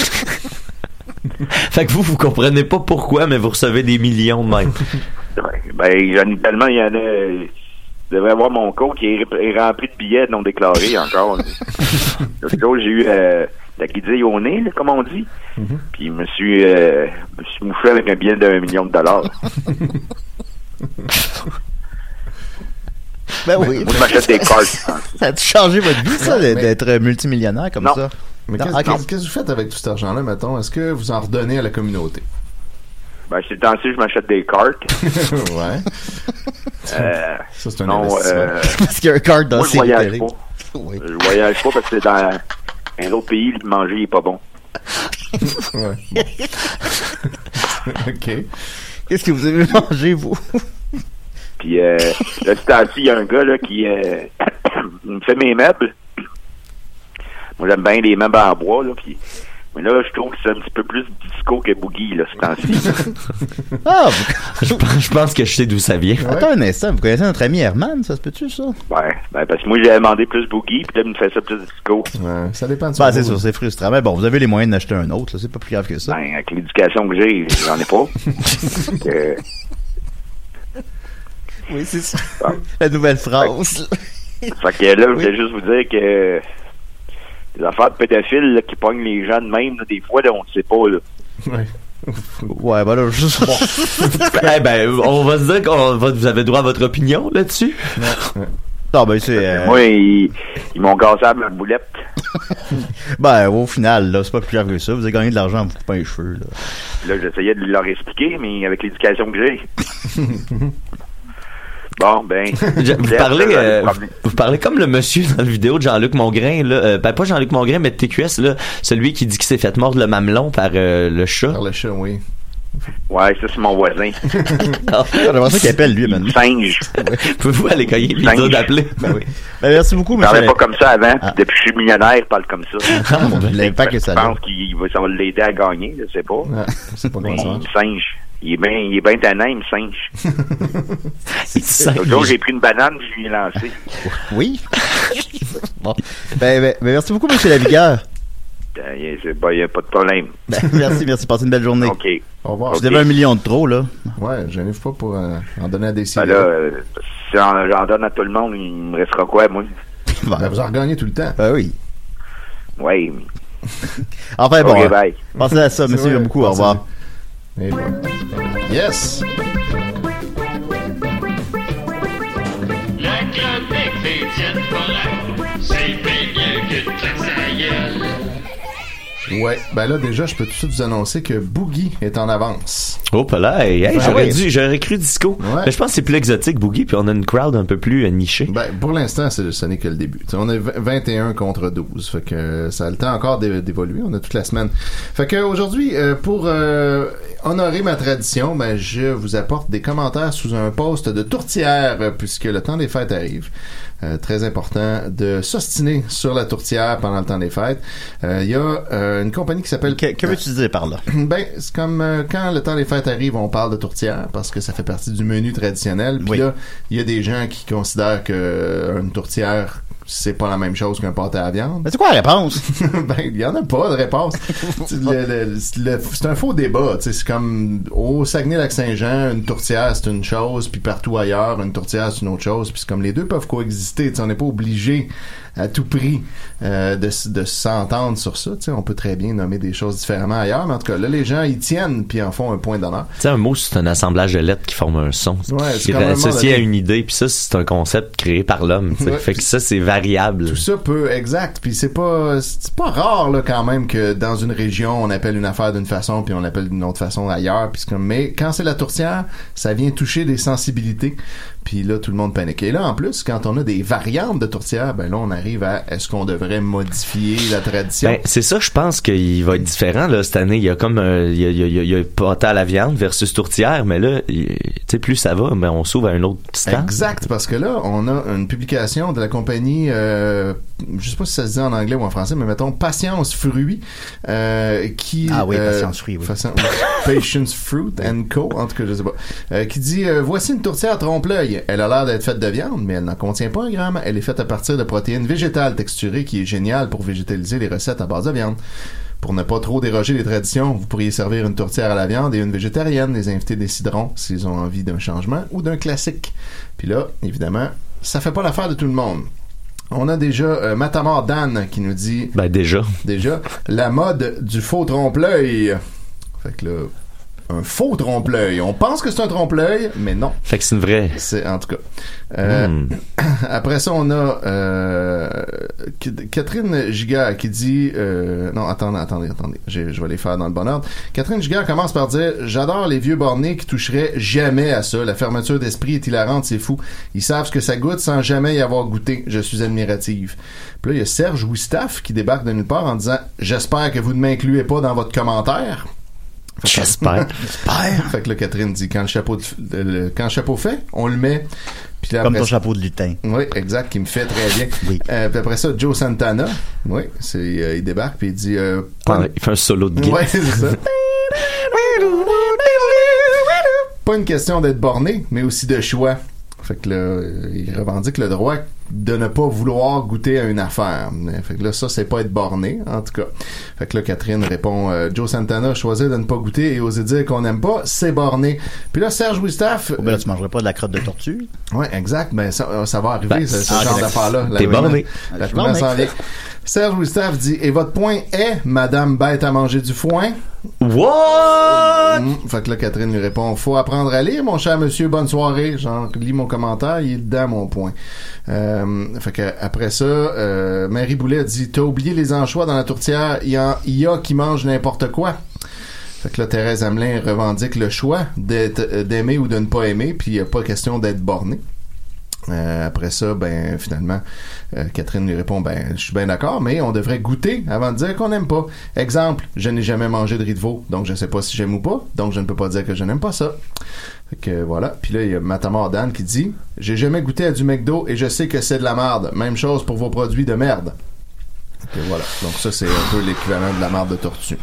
Fait que vous, vous comprenez pas pourquoi, mais vous recevez des millions de même. Ben, j'en ai tellement, il y en a. Je devrais avoir mon compte qui est, est rempli de billets non déclarés encore. L'autre jour, j'ai eu euh, la guidille au nez, là, comme on dit. Mm-hmm. Puis, je me suis, euh, me suis mouché avec un billet d'un million de dollars. Ben oui. Moi, je m'achète des cartes. Ça a changé votre vie, ça, mais... d'être multimillionnaire comme non. ça? Mais non, qu'est-ce, okay. qu'est-ce que vous faites avec tout cet argent-là, mettons? Est-ce que vous en redonnez à la communauté? Ben, c'est le temps-ci, je m'achète des cartes. Ouais. Euh, ça, c'est un non, investissement. Euh, parce qu'il y a un carte dans moi, je voyage pas. Oui. Je voyage pas parce que dans un autre pays, le manger, il est pas bon. Ouais. OK. Qu'est-ce que vous avez mangé, vous? Puis, euh, là, ce temps-ci, il y a un gars, là, qui euh, me fait mes meubles. Moi, j'aime bien les meubles en bois, là, puis... Mais là, je trouve que c'est un petit peu plus disco que Boogie, là, ce temps-ci. Ah, vous... je, pense, je pense que je sais d'où ça vient. Ouais. Attends un instant, vous connaissez notre ami Herman, ça se peut-tu, ça? Ouais, ben, parce que moi, j'ai demandé plus Boogie, puis là, il me fait ça plus disco. Ouais, ça dépend de ça. Bah, c'est sûr, c'est frustrant. Mais bon, vous avez les moyens d'acheter un autre, là, c'est pas plus grave que ça. Ben, avec l'éducation que j'ai, j'en ai pas. euh... Oui, c'est ça. Bon. La nouvelle phrase. Fait, fait que là, je voulais oui. juste vous dire que les affaires de pédophiles là, qui pognent les gens de même, là, des fois, là, on ne sait pas. Là. Ouais. Ouais, ben là, juste. Bon. eh ben, on va se dire qu'on va, vous avez droit à votre opinion là-dessus. Ouais. Non, ben, c'est. Euh... Moi, ils, ils m'ont cassé à ma boulette. Ben, au final, là, c'est pas plus grave que ça. Vous avez gagné de l'argent en vous coupant les cheveux, là. Là, j'essayais de leur expliquer, mais avec l'éducation que j'ai. Bon, ben. vous, parlez, euh, vous parlez comme le monsieur dans la vidéo de Jean-Luc Mongrain, là. Euh, ben, pas Jean-Luc Mongrain, mais de T Q S, là. Celui qui dit qu'il s'est fait mordre le mamelon par euh, le chat. Par le chat, oui. Ouais, ça, c'est mon voisin. Ah, j'aimerais ça qu'il appelle lui, maintenant. Singe. Pouvez-vous aller cogner lui dire d'appeler? Ben oui. Ben, merci beaucoup, monsieur. Je parlais la... pas comme ça avant, ah. depuis que je suis millionnaire, je parle comme ça. Ah, bon, l'impact que ça a. Je pense qu'il va, ça va l'aider à gagner, je sais pas. Ah, c'est pas mais bon il singe. Il est bien, il est bien tannant, il me singe. L'autre jour, j'ai pris une banane, je lui ai lancé. Oui. Bon. Ben, ben, ben, merci beaucoup, monsieur Lavigueur. Il n'y a pas de problème. Ben, merci, merci. Passez une belle journée. OK. Au revoir. Vous okay. avez un million de trop, là. Ouais, je n'arrive pas pour euh, en donner à des ben là, euh, si j'en, j'en donne à tout le monde, il me restera quoi, moi? Ben, ben vous en regagnez tout le temps. Ben oui. Oui. Enfin, bon. Okay, bye. Pensez à ça, monsieur. Vrai, beaucoup. Au revoir. Et voilà. Yes! La chronique d'Étienne Forêt, c'est bien mieux que de claque sa gueule. Ouais, ben là déjà, je peux tout de suite vous annoncer que Boogie est en avance. Oh, pas là, hey, hey, ben j'aurais ouais. dû, j'aurais cru disco. Ouais. Mais je pense que c'est plus exotique, Boogie, puis on a une crowd un peu plus euh, nichée. Ben, pour l'instant, c'est, ce n'est que le début. T'sais, on est vingt et un contre douze, fait que euh, ça a le temps encore d'é- d'évoluer. On a toute la semaine. Fait que aujourd'hui, euh, pour euh, honorer ma tradition, ben je vous apporte des commentaires sous un post de tourtière, euh, puisque le temps des fêtes arrive. Euh, très important de s'ostiner sur la tourtière pendant le temps des fêtes. Il euh, y a euh, une compagnie qui s'appelle... Que, que veux-tu dire par là? Ben, c'est comme euh, quand le temps des fêtes arrive, on parle de tourtière parce que ça fait partie du menu traditionnel. Puis oui. Là, il y a des gens qui considèrent que euh, une tourtière, c'est pas la même chose qu'un pâté à viande. Mais c'est quoi la réponse? Ben, il y en a pas de réponse. le, le, le, c'est un faux débat. T'sais, c'est comme au Saguenay-Lac-Saint-Jean, une tourtière c'est une chose, puis partout ailleurs, une tourtière c'est une autre chose. Puis c'est comme les deux peuvent coexister. T'sais, on n'est pas obligé à tout prix euh, de, de s'entendre sur ça. Tu sais, on peut très bien nommer des choses différemment ailleurs, mais en tout cas, là, les gens y tiennent puis en font un point d'honneur. Tu sais, un mot, c'est un assemblage de lettres qui forme un son. Ouais, qui est associé à une idée, puis ça, c'est un concept créé par l'homme. Ouais, fait que ça, c'est variable. Tout ça peut, exact. Puis c'est pas, c'est pas rare là quand même que dans une région, on appelle une affaire d'une façon, puis on l'appelle d'une autre façon ailleurs. Puis c'est comme, mais quand c'est la tourtière, ça vient toucher des sensibilités. Puis là, tout le monde panique. Et là, en plus, quand on a des variantes de tourtière, ben là, on arrive à est-ce qu'on devrait modifier la tradition? Ben, c'est ça, je pense qu'il va être différent, là, cette année. Il y a comme, euh, il y a, il y a, il y a pâté à la viande versus tourtière, mais là, tu sais, plus ça va, mais on s'ouvre à un autre stade. Exact, parce que là, on a une publication de la compagnie, euh, je sais pas si ça se dit en anglais ou en français, mais mettons, Patience Fruit, euh, qui... Ah oui, euh, Patience Fruit, oui. Façon, Patience Fruit and Co, en tout cas, je sais pas, euh, qui dit, euh, voici une tourtière trompe-l'œil. Elle a l'air d'être faite de viande, mais elle n'en contient pas un gramme. Elle est faite à partir de protéines végétales texturées, qui est génial pour végétaliser les recettes à base de viande. Pour ne pas trop déroger les traditions, vous pourriez servir une tourtière à la viande et une végétarienne. Les invités décideront s'ils ont envie d'un changement ou d'un classique. Puis là, évidemment, ça fait pas l'affaire de tout le monde. On a déjà euh, Matamor Dan qui nous dit... Ben déjà. Déjà, la mode du faux trompe-l'œil. Fait que là... un faux trompe-l'œil. On pense que c'est un trompe-l'œil, mais non. Fait que c'est une vraie. C'est, en tout cas. Euh, mm. Après ça, on a euh, Catherine Giguère qui dit... Euh, non, attendez, attendez, attendez. Je, je vais les faire dans le bon ordre. Catherine Giguère commence par dire « J'adore les vieux bornés qui toucheraient jamais à ça. La fermeture d'esprit est hilarante, c'est fou. Ils savent ce que ça goûte sans jamais y avoir goûté. Je suis admirative. » Puis là, il y a Serge Wistaf qui débarque de nulle part en disant « J'espère que vous ne m'incluez pas dans votre commentaire. » J'espère. J'espère. Fait que là, Catherine dit, quand le chapeau, de, le, quand le chapeau fait, on le met. Puis là, comme après, ton chapeau de lutin. Oui, exact, qui me fait très bien. Oui. Euh, puis après ça, Joe Santana, oui, c'est, euh, il débarque puis il dit... Euh, ah, il fait un solo de guitare. Ouais, c'est ça. Pas une question d'être borné, mais aussi de choix. Fait que là, il revendique le droit de ne pas vouloir goûter à une affaire. Fait que là, ça, c'est pas être borné, en tout cas. Fait que là, Catherine répond, euh, Joe Santana choisit de ne pas goûter et oser dire qu'on n'aime pas, c'est borné. Puis là, Serge Wistaf... Oh, ben là, tu mangerais pas de la crotte de tortue? Ouais, exact. Ben, ça, ça va arriver, ben, ce, ce ah, genre d'affaire-là. T'es borné. La première s'en vient. Serge Wistaf dit, et votre point est, Madame bête à manger du foin? What? Mmh. Fait que là, Catherine lui répond, faut apprendre à lire, mon cher monsieur, bonne soirée. Genre, lis mon commentaire, il est dedans, mon point. Euh, fait que, après ça, euh, Marie Boulet dit, t'as oublié les anchois dans la tourtière, il y, a, il y a qui mangent n'importe quoi. Fait que là, Thérèse Hamelin revendique le choix d'être, d'aimer ou de ne pas aimer, puis il n'y a pas question d'être borné. Euh, après ça, ben finalement, euh, Catherine lui répond, ben je suis bien d'accord, mais on devrait goûter avant de dire qu'on n'aime pas. Exemple, je n'ai jamais mangé de riz de veau, donc je sais pas si j'aime ou pas, donc je ne peux pas dire que je n'aime pas ça. Fait que voilà. Puis là, il y a Matamor Dan qui dit, j'ai jamais goûté à du McDo et je sais que c'est de la merde. Même chose pour vos produits de merde. Fait que voilà. Donc ça, c'est un peu l'équivalent de la merde de tortue.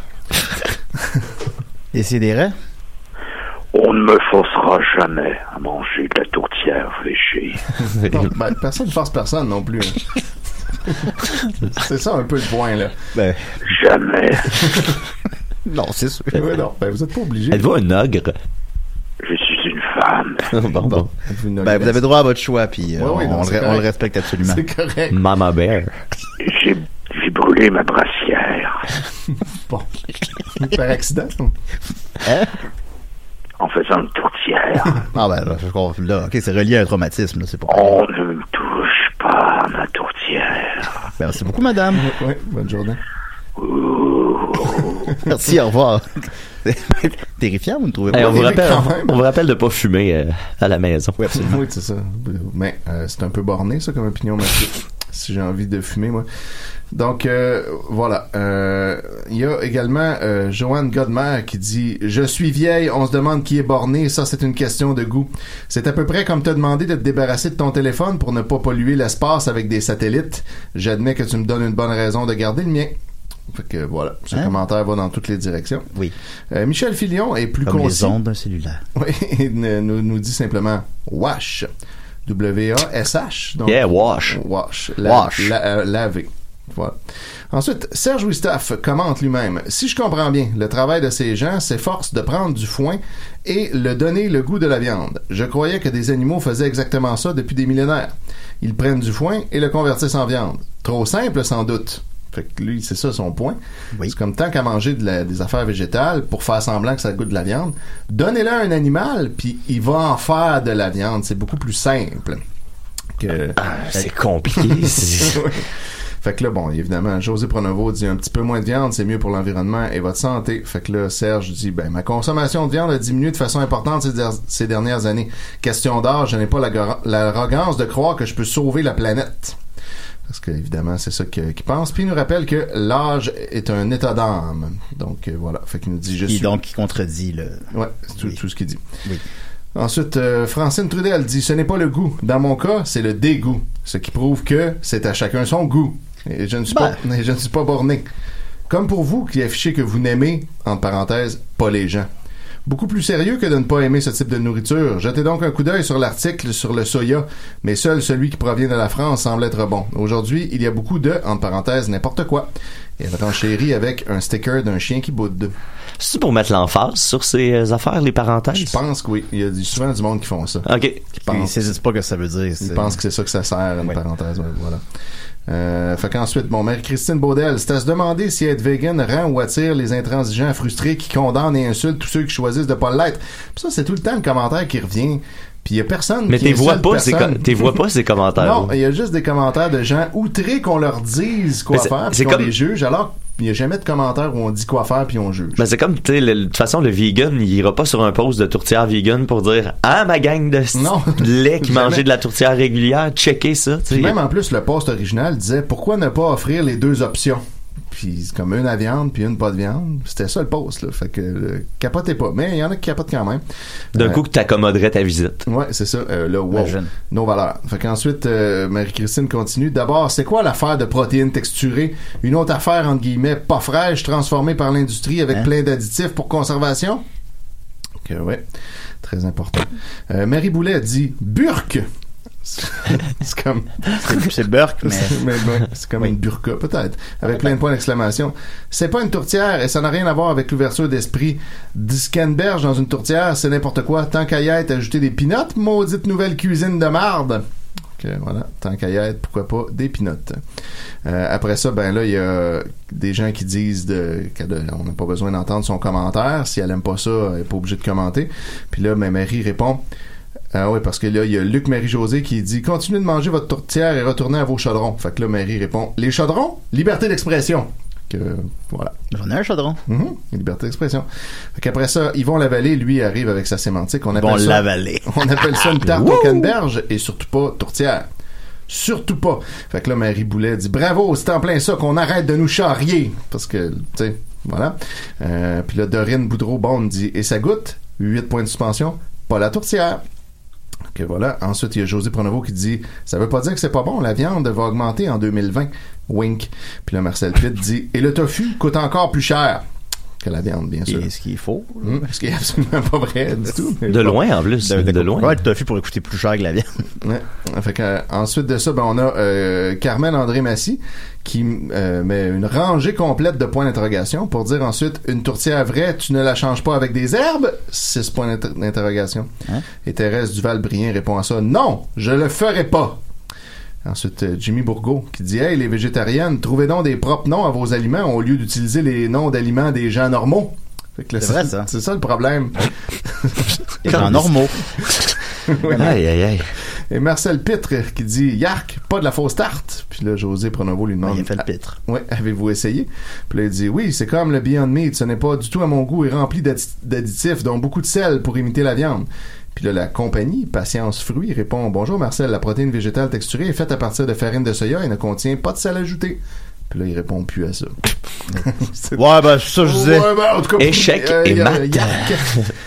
Et c'est des raies? On ne me forcera jamais à manger de la tourtière fléchée. Non, ben, personne ne force personne non plus. Hein. C'est ça un peu le point, là. Ben. Jamais. Non, c'est sûr. Oui, non, ben, vous n'êtes pas obligé. Êtes-vous un ogre? Je suis une femme. bon, bon. Vous, ben, vous avez droit à votre choix, puis euh, oui, oui, on, non, on, on le respecte absolument. C'est correct. Mama Bear. J'ai, j'ai brûlé ma brassière. Bon. Par accident? Hein? En faisant une tourtière. Ah ben là, là, ok, c'est relié à un traumatisme, là, c'est pas. On ne me touche pas à ma tourtière. Ben, merci beaucoup, madame. Oui, ouais, bonne journée. Merci, au revoir. Terrifiant, vous ne trouvez pas? Hey, on, vous rappelle, on, on vous rappelle de pas fumer euh, à la maison. Oui, absolument. Oui, c'est ça. Mais euh, c'est un peu borné, ça, comme opinion, Mathieu. Si j'ai envie de fumer, moi. Donc, euh, voilà. Il euh, y a également euh, Joanne Godmer qui dit « Je suis vieille, on se demande qui est borné, ça c'est une question de goût. C'est à peu près comme te demander de te débarrasser de ton téléphone pour ne pas polluer l'espace avec des satellites. J'admets que tu me donnes une bonne raison de garder le mien. » Fait que voilà, ce hein? commentaire va dans toutes les directions. Oui. Euh, Michel Filion est plus comme concis. les ondes d'un cellulaire. Oui, il nous, nous dit simplement « Wash ». W A S H. Donc, yeah, wash. Wash. La, wash. La, euh, laver. Voilà. Ensuite, Serge Wistaff commente lui-même. Si je comprends bien, le travail de ces gens s'efforce de prendre du foin et le donner le goût de la viande. Je croyais que des animaux faisaient exactement ça depuis des millénaires. Ils prennent du foin et le convertissent en viande. Trop simple, sans doute. Fait que lui, c'est ça son point. Oui. C'est comme tant qu'à manger de la, des affaires végétales pour faire semblant que ça goûte de la viande, donnez-le à un animal, puis il va en faire de la viande. C'est beaucoup plus simple. Que... Ah, c'est compliqué. c'est... Fait que là, bon, évidemment, José Pronovo dit un petit peu moins de viande, c'est mieux pour l'environnement et votre santé. Fait que là, Serge dit, ben, ma consommation de viande a diminué de façon importante ces, der- ces dernières années. Question d'âge, je n'ai pas la gor- l'arrogance de croire que je peux sauver la planète. Parce que, évidemment, c'est ça que, qu'il pense. Puis il nous rappelle que l'âge est un état d'âme. Donc, euh, voilà. Fait qu'il nous dit, je Qui suis... donc, qui contredit le... Ouais, c'est tout, oui. tout ce qu'il dit. Oui. Ensuite, euh, Francine Trudel dit, ce n'est pas le goût. Dans mon cas, c'est le dégoût. Ce qui prouve que c'est à chacun son goût. Et je ne suis ben. pas, et je ne suis pas borné. Comme pour vous qui affichez que vous n'aimez, entre parenthèses, pas les gens. Beaucoup plus sérieux que de ne pas aimer ce type de nourriture. Jetez donc un coup d'œil sur l'article sur le soya, mais seul celui qui provient de la France semble être bon. Aujourd'hui, il y a beaucoup de, entre parenthèses, n'importe quoi. Et elle renchérit avec un sticker d'un chien qui boude. C'est pour mettre l'emphase sur ces affaires, les parenthèses? Je pense que oui. Il y a du, souvent du monde qui font ça. OK. Qui pense, ils saisissent pas que ça veut dire. Ils pensent que c'est ça que ça sert, une oui. parenthèse. Ouais, voilà. Euh, fait qu'ensuite, bon, Marie-Christine Baudel, c'est à se demander si être vegan rend ou attire les intransigeants frustrés qui condamnent et insultent tous ceux qui choisissent de pas l'être. Puis ça, c'est tout le temps le commentaire qui revient. Puis il y a personne mais qui t'es vois pas personne. ces com- t'es vois pas ces commentaires. Non, il y a juste des commentaires de gens outrés qu'on leur dise quoi c'est, faire, puis c'est qu'on comme... les juge, alors il n'y a jamais de commentaires où on dit quoi faire puis on juge. Ben c'est comme, tu sais, de toute façon, le vegan, il ira pas sur un post de tourtière vegan pour dire « Ah, ma gang de non, lait qui mangeait de la tourtière régulière, checkez ça. » Même en plus, le post original disait « Pourquoi ne pas offrir les deux options? » Puis c'est comme une à viande puis une pas de viande. C'était ça le post, là. Fait que euh, capotez pas. Mais il y en a qui capotent quand même. D'un euh, coup que t'accommoderais ta visite. Ouais, c'est ça. Euh, là, wow. Nos valeurs. Fait qu'ensuite, euh, Marie-Christine continue. D'abord, c'est quoi l'affaire de protéines texturées? Une autre affaire, entre guillemets, pas fraîche, transformée par l'industrie avec hein? plein d'additifs pour conservation? Ok, ouais. Très important. Euh, Marie Boulet dit Burk. c'est comme c'est, c'est Burk mais c'est, mais bon, c'est comme oui. une burqa peut-être avec plein de points d'exclamation. C'est pas une tourtière et ça n'a rien à voir avec l'ouverture d'esprit. Discanberge dans une tourtière, c'est n'importe quoi. Tant qu'à y être, ajouter des pinottes, maudite nouvelle cuisine de marde. Okay, voilà, tant qu'à y être, pourquoi pas des pinottes. Euh, après ça, ben là, il y a des gens qui disent de, qu'on n'a pas besoin d'entendre son commentaire. Si elle aime pas ça, elle n'est pas obligée de commenter. Puis là, ben, Marie répond. Ah oui, parce que là, il y a Luc Marie-José qui dit « Continuez de manger votre tourtière et retournez à vos chaudrons. » Fait que là, Marie répond « Les chaudrons? Liberté d'expression. » Que, voilà. J'en ai un chaudron. Mm-hmm, liberté d'expression. Fait qu'après ça, Yvon Lavallée, lui, arrive avec sa sémantique. On appelle bon, ça, Lavallée. On appelle ça une tarte au canneberge et surtout pas tourtière. Surtout pas. Fait que là, Marie Boulet dit « Bravo, c'est en plein ça qu'on arrête de nous charrier. » Parce que, tu sais, voilà. Euh, puis là, Dorine Boudreau-Bonne dit « Et ça goûte? huit points de suspension. Pas la tourtière. » Ok, voilà. Ensuite, il y a José Pronovo qui dit « Ça veut pas dire que c'est pas bon, la viande va augmenter en deux mille vingt. » Wink. Puis là, Marcel Pitt dit « Et le tofu coûte encore plus cher. » Que la viande, bien sûr. Et ce qu'il faut. Mmh, ce qui est absolument pas vrai du tout. De loin, en plus. De, de, de loin. Ouais, le tofu pourrait coûter plus cher que la viande. Ouais. Fait que, euh, ensuite de ça, ben, on a euh, Carmen André Massy qui euh, met une rangée complète de points d'interrogation pour dire ensuite une tourtière vraie, tu ne la changes pas avec des herbes? Six points d'interrogation. Hein? Et Thérèse Duval-Brien répond à ça, non, je le ferai pas. Ensuite, euh, Jimmy Bourgault qui dit « Hey, les végétariennes, trouvez donc des propres noms à vos aliments au lieu d'utiliser les noms d'aliments des gens normaux. » Fait que là, c'est, c'est vrai, ça. C'est ça le problème. Les gens normaux. Oui. Aïe, aïe, aïe. Et Marcel Pitre qui dit « Yark, pas de la fausse tarte. » Puis là, José Pronovo lui demande « Il a fait le pitre. » Oui, avez-vous essayé? Puis là, il dit « Oui, c'est comme le Beyond Meat. Ce n'est pas du tout à mon goût et rempli d'additifs, dont beaucoup de sel pour imiter la viande. » Puis là, la compagnie Patience Fruits répond « Bonjour Marcel, la protéine végétale texturée est faite à partir de farine de soya et ne contient pas de sel ajouté. » Puis là, il répond plus à ça. Ouais, ben, ça, je disais. Ouais, ben, en tout cas, échec euh, et euh, mat. Fait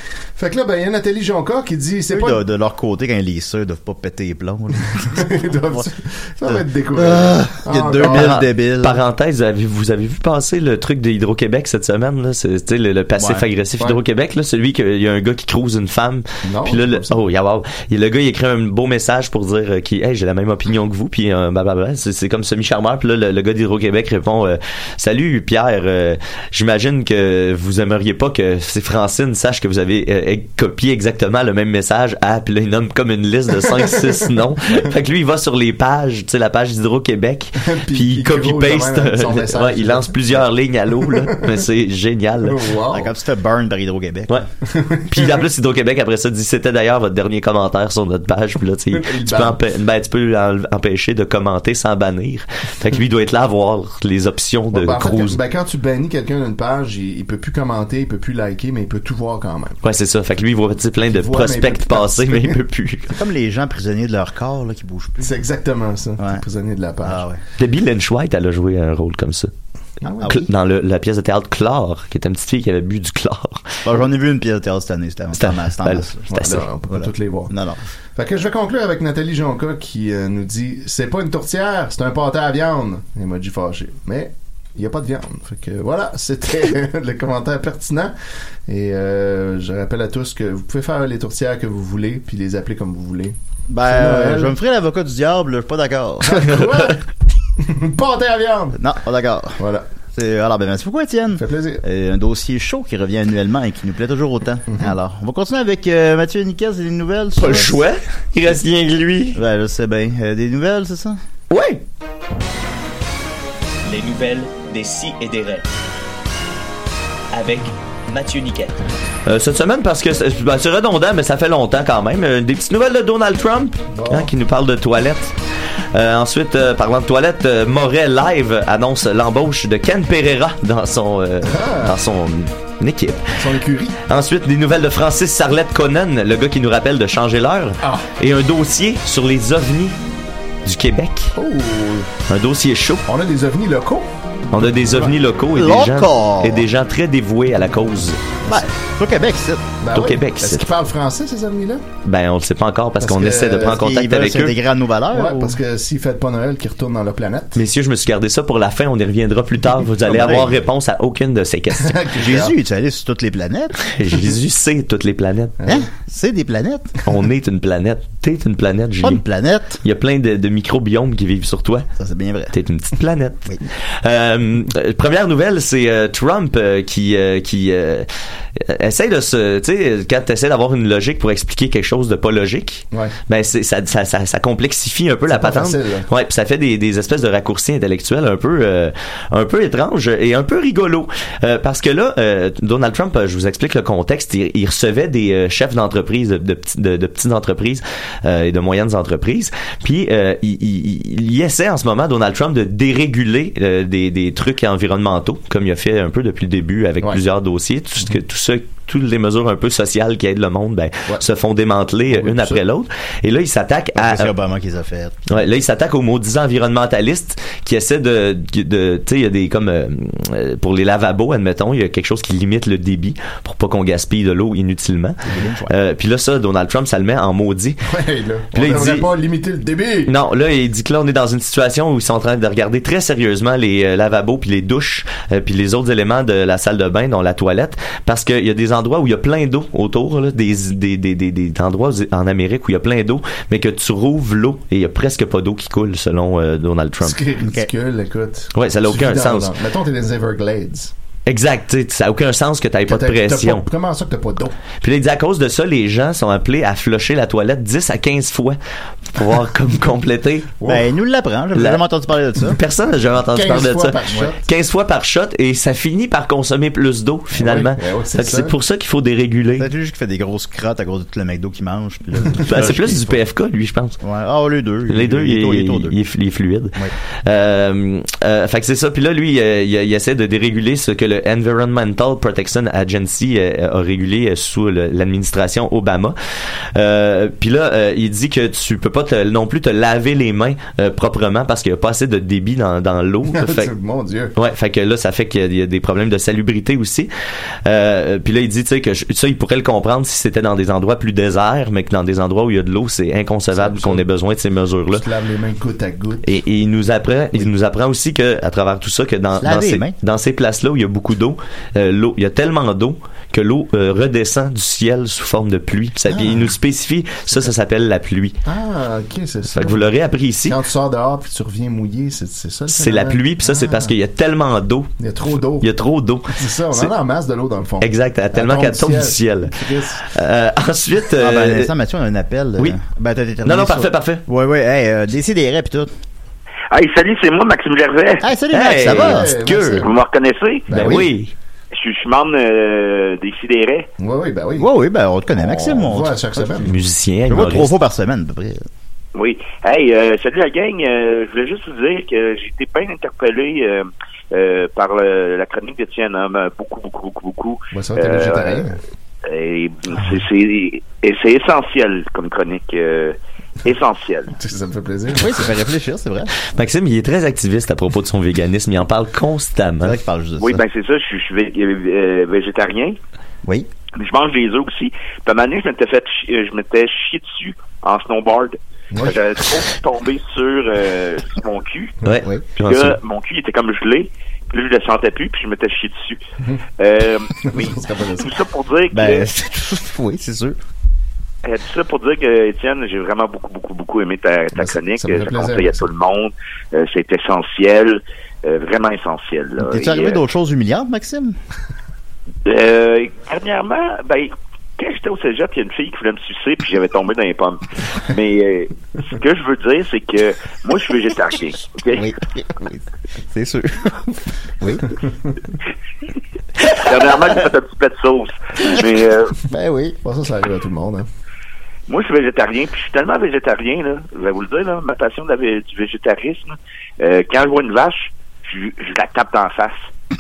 Fait que là, ben, il y a Nathalie Jonca qui dit, c'est Eux, pas... de, de leur côté, quand les sœurs doivent pas péter les plombs. Ils doivent- ça va être découvert. Ah, il y a Ah, deux encore. mille débiles. Parenthèse, avez- vous avez vu passer le truc de Hydro-Québec cette semaine, là? C'est, tu sais, le, le passif Ouais. agressif Ouais. Hydro-Québec, là, celui qu'il y a un gars qui crouse une femme. Non, Puis là, c'est le, pas ça. oh, yeah, wow. Et le gars, il écrit un beau message pour dire euh, qu'il, hey, j'ai la même opinion que vous, puis euh, blablabla. C'est, c'est comme semi-charmeur. Puis là, le, le gars d'Hydro-Québec répond, euh, salut Pierre, euh, j'imagine que vous aimeriez pas que c'est Francine sache que vous avez euh, copié exactement le même message à, puis là, il nomme comme une liste de cinq six noms. Fait que lui, il va sur les pages, tu sais, la page d'Hydro-Québec, puis il il crouse copy-paste, quand même son euh, message. ouais, il lance plusieurs lignes à l'eau, là. Mais c'est génial, là. Wow. Ah, quand tu te fais burn par Hydro-Québec. Ouais. Puis en plus, Hydro-Québec, après ça, dit c'était d'ailleurs votre dernier commentaire sur notre page. Puis là, tu sais, Il tu peux, banne. empê- ben, tu peux en- empêcher de commenter sans bannir. Fait que lui, il doit être là à voir les options de Ouais, ben, en fait, cruise. ben, quand tu bannis quelqu'un d'une page, il, il peut plus commenter, il peut plus liker, mais il peut tout voir quand même. Ouais, c'est ça. Fait que lui, il voit tu sais, plein de Il voit, mais il prospects peut plus passer, mais il participer. peut plus. C'est comme les gens prisonniers de leur corps là, qui bougent plus. C'est exactement ça. Ouais. Les prisonniers de la page. Ah ouais. Debbie Lynch White, elle a joué un rôle comme ça. Ah ouais. Cl- Dans le- la pièce de théâtre Chlore, qui était une petite fille qui avait bu du chlore. Bon, j'en ai vu une pièce de théâtre cette année. C'était C'était- en masse. C'était en ben, masse, là. c'était assez. Là, on peut Voilà. pas toutes les voir. Non, non. Fait que je vais conclure avec Nathalie Jonca qui euh, nous dit c'est pas une tourtière, c'est un pâté à viande. Emoji fâché. Mais il n'y a pas de viande. Fait que voilà, c'était le commentaire pertinent. Et euh, je rappelle à tous que vous pouvez faire les tourtières que vous voulez puis les appeler comme vous voulez. Ben, C'est euh, Noël. je me ferai l'avocat du diable, je suis pas d'accord. Quoi? Pâté à viande! Non, pas d'accord. Voilà. C'est, alors, ben, merci beaucoup, Étienne. Ça fait plaisir. Euh, un dossier chaud qui revient annuellement et qui nous plaît toujours autant. Mm-hmm. Alors, on va continuer avec euh, Mathieu Niquez et des nouvelles. Pas le choix. Il reste rien que lui. Ouais, je sais bien. Euh, des nouvelles, c'est ça? Ouais. Les nouvelles des si et des rêves. Avec Mathieu Niquet. Euh, cette semaine, parce que c'est, ben, c'est redondant, mais ça fait longtemps quand même. Euh, des petites nouvelles de Donald Trump, hein, qui nous parle de toilettes. Euh, ensuite, euh, parlant de toilettes, euh, Moret Live annonce l'embauche de Ken Pereira dans son, euh, Ah. dans son équipe. Son écurie. Ensuite, des nouvelles de Francis Sarlette Conan, le gars qui nous rappelle de changer l'heure. Ah. Et un dossier sur les ovnis du Québec. Oh! Un dossier chaud. On a des ovnis locaux. On a des ovnis locaux et des, Locaux. gens, et des gens très dévoués à la cause. Ben, c'est au Québec, c'est. Ben Au oui. Québec, Est-ce c'est. qu'ils parlent français, ces ovnis-là? Ben, on le sait pas encore parce, Parce qu'on que- essaie de prendre Ils contact veulent avec eux. s'intégrer à nos valeurs. Ouais, ou- parce que s'ils fêtent pas Noël, qu'ils retournent dans leur planète. Messieurs, je me suis gardé ça pour la fin. On y reviendra plus tard. Vous allez Ah, avoir ouais. réponse à aucune de ces questions. Jésus, tu es allé sur toutes les planètes? Jésus sait toutes les planètes. Hein? C'est des planètes? On est une planète. T'es une planète, Pas Julien. une planète. Il y a plein de, de microbiomes qui vivent sur toi. Ça, c'est bien vrai. T'es une petite planète. Oui. Euh, euh, première nouvelle, c'est euh, Trump euh, qui euh, qui euh, essaie de se, tu sais, quand t'essaies d'avoir une logique pour expliquer quelque chose de pas logique, Ouais. ben c'est ça, ça, ça, ça complexifie un peu la pas patente. facile, là. Ouais, puis ça fait des, des espèces de raccourcis intellectuels un peu euh, un peu étranges et un peu rigolos. Euh, parce que là, euh, Donald Trump, euh, je vous explique le contexte, il, il recevait des euh, chefs d'entreprise, de, de, petits- de, de petites entreprises euh, et de moyennes entreprises, puis euh, il, il, il essaie en ce moment, Donald Trump, de déréguler euh, des, des trucs environnementaux, comme il a fait un peu depuis le début avec Ouais. plusieurs dossiers, tout ce que tout ça toutes les mesures un peu sociales qui aident le monde ben, Ouais. se font démanteler Oui, une tout après ça. l'autre. Et là, il s'attaque à... C'est Obama qui les a fait. Ouais, là, il s'attaque aux maudits environnementalistes qui essaient de, de, de tu sais, il y a des comme euh, euh, pour les lavabos, admettons, il y a quelque chose qui limite le débit pour pas qu'on gaspille de l'eau inutilement. Euh, puis là, ça, Donald Trump, ça le met en maudit. Ouais, là. Puis On là, il devrait dit- pas limiter le débit. Non, là, il dit que là, on est dans une situation où ils sont en train de regarder très sérieusement les euh, lavabos puis les douches euh, puis les autres éléments de la salle de bain, dont la toilette, parce qu'il y a des endroits où il y a plein d'eau autour, là, des, des, des, des, des endroits en Amérique où il y a plein d'eau, mais que tu rouvres l'eau et il y a presque pas d'eau qui coule, selon euh, Donald Trump. Ce qui est ridicule, écoute. Ouais, ça n'a Tu aucun vis dans- sens. dans- Mettons, t'es dans les Everglades. Exact, tu sais, ça n'a aucun sens que t'aies pas de T'as- t'as pression. pas- Comment ça que t'as pas d'eau? Puis là, il dit à cause de ça, les gens sont appelés à flusher la toilette dix à quinze fois pour pouvoir comme compléter. Ben, il nous l'apprend. J'avais La- jamais entendu parler de ça. Personne n'a jamais entendu quinze parler de fois ça. par shot. quinze fois par shot et ça finit par consommer plus d'eau finalement. Ouais, ouais, c'est Fait que ça. c'est pour ça qu'il faut déréguler. C'est juste qu'il fait des grosses crottes à cause de tout le McDo qu'il mange. Puis là, Ben, c'est plus du P F K, lui, je pense. Ouais. Ah, les deux. Les deux, il, est au- il, il est aux deux. il est, il est fluide. Ouais. Euh, euh, fait que c'est ça. Puis là, lui, euh, il, il essaie de déréguler ce que le Environmental Protection Agency euh, a régulé euh, sous le, l'administration Obama. Euh, Puis là, euh, il dit que tu peux pas te, non plus te laver les mains euh, proprement parce qu'il y a pas assez de débit dans, dans l'eau. Fait, Mon Dieu. Ouais, fait que là, ça fait qu'il y a des problèmes de salubrité aussi. Euh, Puis là, il dit, tu sais, que ça, il pourrait le comprendre si c'était dans des endroits plus déserts, mais que dans des endroits où il y a de l'eau, c'est inconcevable qu'on ait besoin de ces mesures-là. Tu te laves les mains goutte à goutte. Et, et il nous apprend, il nous apprend aussi que, à travers tout ça, que dans, dans ces, dans ces places-là où il y a beaucoup d'eau, euh, l'eau, il y a tellement d'eau que l'eau euh, redescend du ciel sous forme de pluie. Ça, ah. Il nous spécifie, ça, ça s'appelle la pluie. Ah, ok, c'est ça. Fait que vous l'aurez appris ici. Quand tu sors dehors puis tu reviens mouillé, c'est, c'est ça. C'est la pluie, puis ça, ah. c'est parce qu'il y a tellement d'eau. Il y a trop d'eau. Il y a trop d'eau. C'est ça, on c'est... en a en masse de l'eau dans le fond. Exact, tellement qu'elle tombe du ciel. Euh, ensuite... Euh... Ah ben, euh... ça, Mathieu, on a un appel. Oui. Euh... Ben, t'as déterminé non, non, sur... parfait, parfait. Ouais, ouais, hey, euh, décidérez, pis tout. Hey, salut, c'est moi, Maxime Gervais. Hey, salut, Max, hey, ça va? Hey, que... Vous me reconnaissez? Ben, ben oui. oui. Je suis membre euh, des Sidérés. Oui, oui, ben oui. Oui, oui, ben on te connaît, Maxime. On, on voit à chaque semaine. Musicien, je vois trois fois par semaine, à peu près. Oui. Hey, euh, salut la gang. Euh, je voulais juste vous dire que j'ai été bien interpellé euh, euh, par le, la chronique d'Étienne. Hein, beaucoup, beaucoup, beaucoup, beaucoup. Ouais, ça va, t'es végétarien. Et c'est, c'est, et c'est essentiel comme chronique. Euh, essentiel. Ça me fait plaisir. Oui, ça fait réfléchir, c'est vrai. Maxime, il est très activiste à propos de son véganisme. Il en parle constamment. C'est vrai qu'il parle juste de oui, ça. ben c'est ça. Je suis, je suis euh, végétarien. Oui. Mais je mange des œufs aussi. Puis à un moment donné, je m'étais fait, je m'étais chié dessus en snowboard. Ouais. J'avais trop tombé sur, euh, sur mon cul. Ouais. Oui. Puis là, mon cul était comme gelé. Puis là, je le sentais plus, puis je m'étais chié dessus. Mm-hmm. Euh, mais tout ça pour dire que... Ben, oui, c'est sûr. Euh, tout ça pour dire que, Étienne, j'ai vraiment beaucoup, beaucoup, beaucoup aimé ta, ta chronique. Ça, ça je conseille à tout le monde. Euh, c'est essentiel. Euh, vraiment essentiel. Là. T'es-tu arrivé euh, d'autres choses humiliantes, Maxime? Euh, dernièrement, ben, quand j'étais au cégep, il y a une fille qui voulait me sucer, puis j'avais tombé dans les pommes. Mais euh, ce que je veux dire, c'est que moi, je suis végétarien. Okay? Oui, oui, c'est sûr. Oui. Dernièrement, j'ai fait un petit peu de sauce. Mais, euh, ben oui, bon, ça, ça arrive à tout le monde. Hein. Moi, je suis végétarien, puis je suis tellement végétarien, là, je vais vous le dire, là, ma passion de la, du végétarisme, euh, quand je vois une vache, je, je la tape dans la face.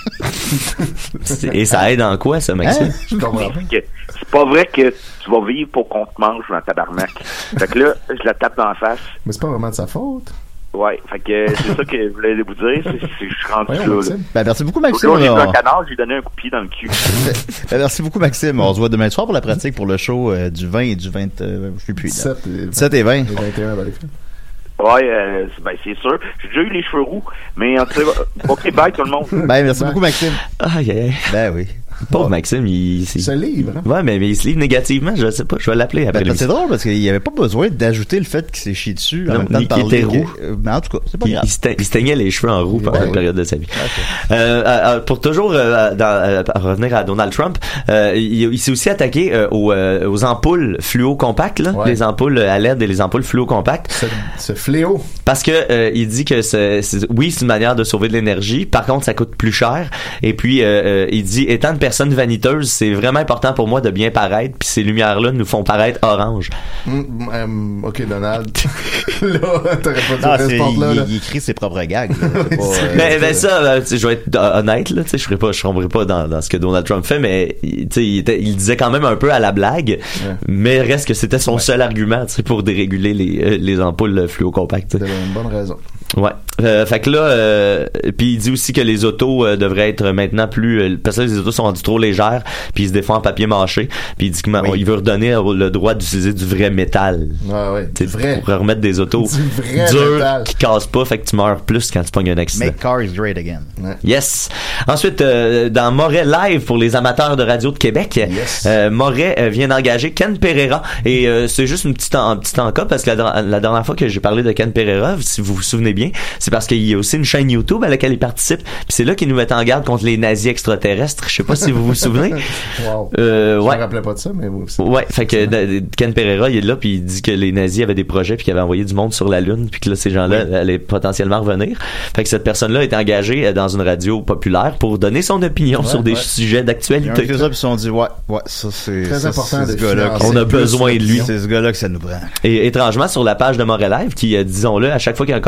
Et ça aide en quoi, ça, Maxime? Hein? Je comprends pas. C'est pas vrai que tu vas vivre pour qu'on te mange dans ta tabarnak. Fait que là, je la tape dans la face. Mais c'est pas vraiment de sa faute. Ouais, fait que c'est ça que je voulais vous dire, c'est, c'est que je suis rendu ouais, là, là. Ben, merci beaucoup, Maxime. Là, j'ai vu un canard, j'ai donné un coup de pied dans le cul. Ben, merci beaucoup, Maxime. On se voit demain soir pour la pratique pour le show euh, du vingt et du vingt, euh, je sais plus. dix-sept et vingt. Et vingt et un, ben, ouais, euh, ben, c'est sûr. J'ai déjà eu les cheveux roux, mais en tout cas, ok, bye tout le monde. Ben, merci bye. beaucoup, Maxime. Aïe, aïe. Ben oui. Pauvre Maxime, il, il se livre. Hein? Ouais, mais, mais il se livre négativement, je sais pas, je vais l'appeler après. Ben, c'est drôle parce qu'il n'y avait pas besoin d'ajouter le fait qu'il s'est chié dessus en non, même temps de parler. Il était roux. Que, mais en tout cas, c'est pas il, grave. Il se, te, il se teignait les cheveux en roux pendant ouais, une période de sa vie. Okay. Euh, euh, pour toujours euh, dans, euh, revenir à Donald Trump, euh, il, il s'est aussi attaqué euh, aux, euh, aux ampoules fluo compactes, là, ouais. les ampoules à L E D et les ampoules fluo compactes. Ce, ce fléau. Parce que euh, il dit que c'est, c'est, oui, c'est une manière de sauver de l'énergie. Par contre, ça coûte plus cher. Et puis, euh, euh, il dit, étant une personne vaniteuse, c'est vraiment important pour moi de bien paraître, puis ces lumières-là nous font paraître orange. Mm, um, ok, Donald. là, t'aurais pas dit non, ce sport-là. Il, là. il écrit ses propres gags. Là, pas, euh, ben, ben ça, je vais être honnête, là, tu sais, je ferai pas, je tomberai pas dans, dans ce que Donald Trump fait, mais tu sais, il, était, il disait quand même un peu à la blague, ouais. mais reste que c'était son ouais. seul argument, tu sais, pour déréguler les, les ampoules fluo compactes. C'était une bonne raison. Ouais. Euh, fait que là, euh, puis il dit aussi que les autos euh, devraient être maintenant plus, euh, parce que les autos sont rendues trop légères, puis il se défend en papier mâché, puis il dit qu'il oui. veut redonner le droit d'utiliser du vrai métal. Ouais, ouais. Du vrai. Pour remettre des autos dures qui cassent pas, fait que tu meurs plus quand tu pognes un accident. Make cars great again. Ouais. Yes. Ensuite, euh, dans Moret Live pour les amateurs de radio de Québec, yes. euh, Moret euh, vient d'engager Ken Pereira, et euh, c'est juste une petite en, petite encas parce que la, la dernière fois que j'ai parlé de Ken Pereira, si vous vous souvenez bien, c'est parce qu'il y a aussi une chaîne YouTube à laquelle il participe, puis c'est là qu'il nous met en garde contre les nazis extraterrestres. Je sais pas si vous vous souvenez. Wow. Euh, je ouais. me rappelais pas de ça, mais oui. Ouais, fait que de, Ken Pereira, il est là, puis il dit que les nazis avaient des projets, puis qu'ils avaient envoyé du monde sur la Lune, puis que là, ces gens-là oui. allaient potentiellement revenir. Fait que cette personne-là est engagée dans une radio populaire pour donner son opinion ouais, sur des ouais. sujets d'actualité. Ils ont fait ça, puis ils se sont dit, ouais, ouais, ça, c'est très ça, important c'est de ce gars-là. On a besoin de lui. C'est ce gars-là que ça nous prend. Et étrangement, sur la page de Moret Live, qui, disons-le, à chaque fois qu'il y a un commentaire négatif,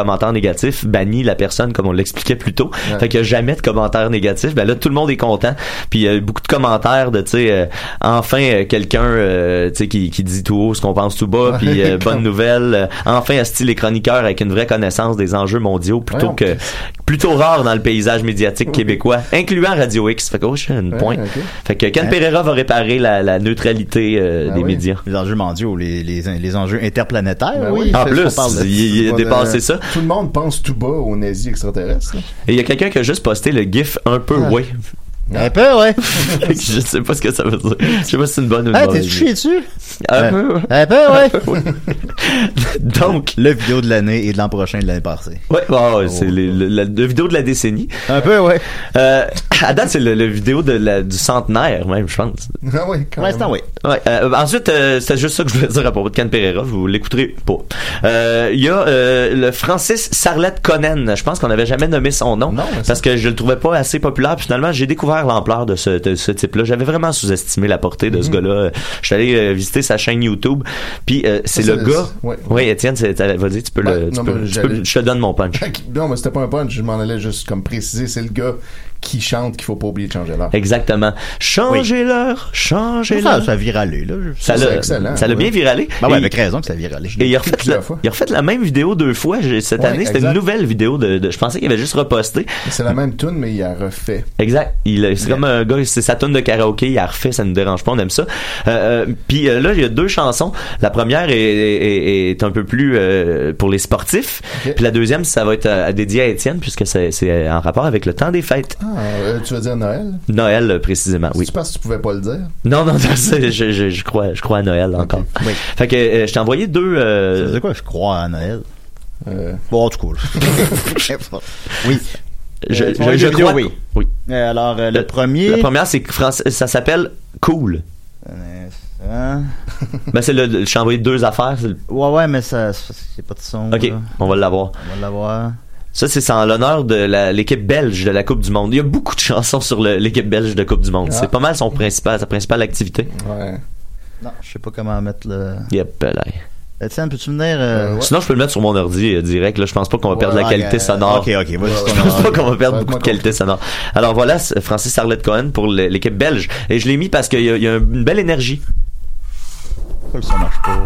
négatif bannit la personne, comme on l'expliquait plus tôt. Ouais. Fait qu'il y a jamais de commentaires négatifs. Ben là, tout le monde est content. Puis il y a beaucoup de commentaires de, tu sais, euh, enfin euh, quelqu'un, euh, tu sais, qui, qui dit tout haut ce qu'on pense tout bas. Puis euh, bonne nouvelle. Euh, enfin, style les chroniqueurs avec une vraie connaissance des enjeux mondiaux plutôt ouais, que okay. plutôt rare dans le paysage médiatique québécois, incluant Radio X. Fait que oh, je suis une Ouais, pointe. okay. Fait que Ken Ouais. Pereira va réparer la, la neutralité euh, Ah des oui. médias. Les enjeux mondiaux, les, les, les enjeux interplanétaires, Ben oui. oui. En c'est- plus, on parle de- il, il a Pas dépassé de- ça. Tout le monde pense tout bas aux nazis extraterrestres. là. Et il y a quelqu'un qui a juste posté le gif un peu Ah. ouais. Un peu, ouais. Je sais pas ce que ça veut dire. Je sais pas si c'est une bonne ou une Hey, t'es mauvaise touché idée. dessus? Un Ouais. peu. Un peu, ouais. Donc, le vidéo de l'année et de l'an prochain de l'année passée. ouais, oh, c'est les- le, la, la vidéo de la décennie. Un peu, ouais. Euh, à date, c'est le, le vidéo de la, du centenaire, même, je pense. Ah oui, quand Pour même. l'instant, oui. Ouais, euh, ensuite, euh, c'était juste ça que je voulais dire à propos de Ken Pereira. Vous l'écouterez pas. Euh, Il y a euh, le Francis Sarlette Conen. Je pense qu'on n'avait jamais nommé son nom Non, mais parce que je le trouvais pas assez populaire. Puis finalement, j'ai découvert l'ampleur de ce, de ce type-là. J'avais vraiment sous-estimé la portée de ce Mhm. gars-là. Je suis allé euh, visiter sa chaîne YouTube. Puis euh, c'est Ça, le c'est- gars. ouais. Oui, Étienne, c'est- t'as- vas-y, tu peux Ouais, le. Tu non, peux, mais tu peux- j'allais- je te donne mon punch. Non, mais c'était pas un punch, je m'en allais juste comme préciser, c'est le gars qui chante qu'il faut pas oublier de changer l'heure. Exactement. Changez l'heure, changez Ça, l'heure. ça a viralé, là. Ça c'est l'a, excellent, ça l'a ouais. bien viralé. Ben ouais, Et- avec raison que ça a viralé. Et il a refait, plusieurs la, fois. il a refait la même vidéo deux fois j'ai- cette Ouais, année. C'était exact. une nouvelle vidéo de, de- je pensais qu'il avait juste reposté. C'est la même tune, mais il a refait. Exact. Il, a- c'est Yeah. comme un gars, c'est sa tune de karaoké, il a refait, ça ne dérange pas, on aime ça. Euh, euh, Puis euh, là, il y a deux chansons. La première est, est, est un peu plus euh, pour les sportifs. Ok. Puis la deuxième, ça va être euh, dédié à Étienne, puisque c'est, c'est en rapport avec le temps des fêtes. Ah, euh, tu veux dire Noël? Noël, euh, précisément, oui. Tu penses que tu pouvais pas le dire? Non, non, non, c'est- je, je, je crois, je crois à Noël encore. Oui. Fait que euh, je t'ai envoyé deux. euh, Ça veut dire quoi? Je crois à Noël. Euh, Bon, en tout cas. Oui. je, Euh, je, ouais, je jeux vidéo, crois. oui. oui. Euh, alors, euh, le, Le- premier. La première, c'est que France- ça s'appelle Cool. Euh, hein? Ben, c'est le, le- je t'ai envoyé deux affaires. c'est le- Ouais, ouais, mais ça, ça c'est pas de son. Ok, là. on va l'avoir. On va l'avoir. Ça, c'est en l'honneur de la- l'équipe belge de la Coupe du Monde. Il y a beaucoup de chansons sur le- l'équipe belge de Coupe du Monde. Ah. C'est pas mal son principal, sa principale activité. ouais. Non, je sais pas comment mettre le. Yep, là. Étienne, peux-tu venir. Euh... Euh, ouais. Sinon, je peux le mettre sur mon ordi euh, direct. Là, je pense pas qu'on va Ouais, perdre la Ah, qualité euh, sonore. Ok, ok, vas-y. Ouais, ton Je pense ordre. pas qu'on va perdre Ça va être beaucoup de moins qualité sonore. Alors voilà, c'est Francis Arlette Cohen pour le- l'équipe belge. Et je l'ai mis parce qu'il y a, il y a une belle énergie. Pourquoi le son marche pas?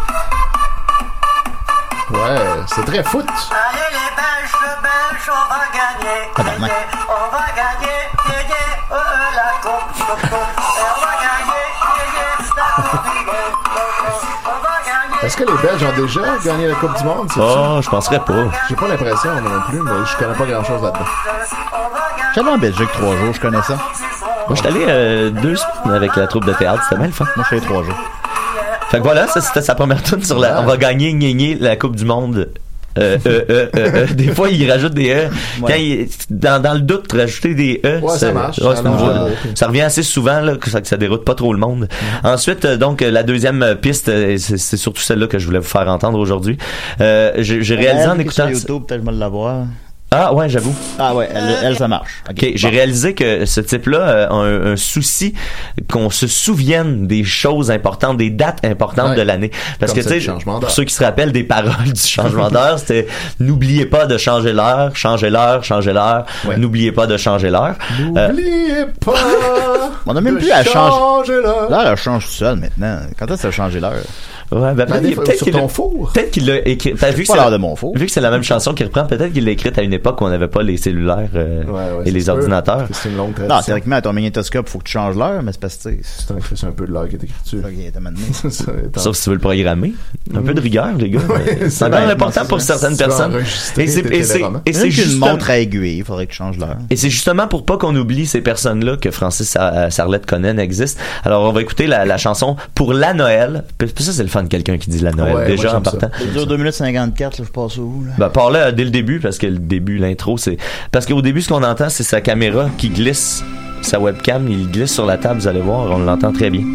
Ouais, c'est très foot. Allez les Belges, Belges, on va gagner. Tabarnak. Yeah, yeah, on va gagner, yeah, yeah, euh, euh, la coupe, coupe, coupe. Et on va gagner, yeah, yeah, la coupe du monde, on va gagner. Est-ce que les Belges ont déjà gagné la Coupe du Monde? c'est Oh, je penserais pas. ça? J'ai pas l'impression non plus, mais je connais pas grand-chose là-dedans. J'allais en Belgique trois jours, je connais ça. Moi, je suis allé euh, deux semaines avec la troupe de théâtre. C'était bien le fun. Moi, je suis allé trois jours. Fait que voilà, ça c'était sa première tune sur la. On va gagner, gagner la Coupe du Monde. Euh, euh, euh, euh, euh. Des fois, il rajoute des E. Quand Ouais. il, dans, dans le doute, rajouter des E. Ouais, ça c'est- marche. ouais, c'est Ça une marche. voie- Ouais. ça revient assez souvent, là, que ça, que ça déroute pas trop le monde. Ensuite, euh, donc, euh, la deuxième euh, piste, euh, c'est, c'est surtout celle-là que je voulais vous faire entendre aujourd'hui. Euh, j'ai, j'ai réalisé en Elle, écoutant. sur YouTube, peut-être je vais l'avoir. Ah, ouais, j'avoue. Ah ouais, elle, elle ça marche. Ok, j'ai bon. réalisé que ce type-là euh, a un, un souci qu'on se souvienne des choses importantes, des dates importantes Ouais. de l'année. Parce Comme que tu celle sais, du changement d'heure. pour ceux qui se rappellent des paroles du changement d'heure, c'était n'oubliez pas de changer l'heure, changer l'heure, changer l'heure, Ouais. n'oubliez pas de changer l'heure. Euh, N'oubliez pas. On a même de plus à changer. changer l'heure. L'heure, elle change tout seul maintenant. Quand est-ce que ça a changé l'heure? ouais, ben, Ben, des fois, peut-être sur qu'il ton l'a- four. peut-être qu'il l'a écrit. T'as vu que Pas c'est l'heure la- de mon four. vu que c'est la même chanson qu'il reprend, peut-être qu'il l'a écrite à une époque où on n'avait pas les cellulaires euh, Ouais, ouais, et c'est les sûr. ordinateurs. C'est une longue Non, tradition. théoriquement, à ton magnétoscope, faut que tu changes l'heure, mais c'est parce que tu sais, C'est un, c'est un peu de l'heure qui est écrit dessus. c'est ça qui est amené. Ça étant- Sauf si tu veux le programmer. Un peu de rigueur, les gars. Ouais, c'est c'est encore bien, important non, pour c'est- certaines tu vas personnes. enregistrer Et c'est, tes et c'est, téléromans. et C'est c'est une justement, montre à aiguille, il faudrait que tu changes l'heure. et c'est justement pour pas qu'on oublie ces personnes-là que Francis Sar- Sarlette Conen existe. Alors, on va écouter la, la chanson pour la Noël. Puis ça, c'est le fun de quelqu'un qui dit la Noël. Ouais, déjà, moi, en j'aime ça. partant. Ça dure deux minutes cinquante-quatre, là, je passe où, là? Ben, parle dès le début, parce que le début, l'intro, c'est, parce qu'au début, ce qu'on entend, c'est sa caméra qui glisse, sa webcam, il glisse sur la table, vous allez voir, on l'entend très bien.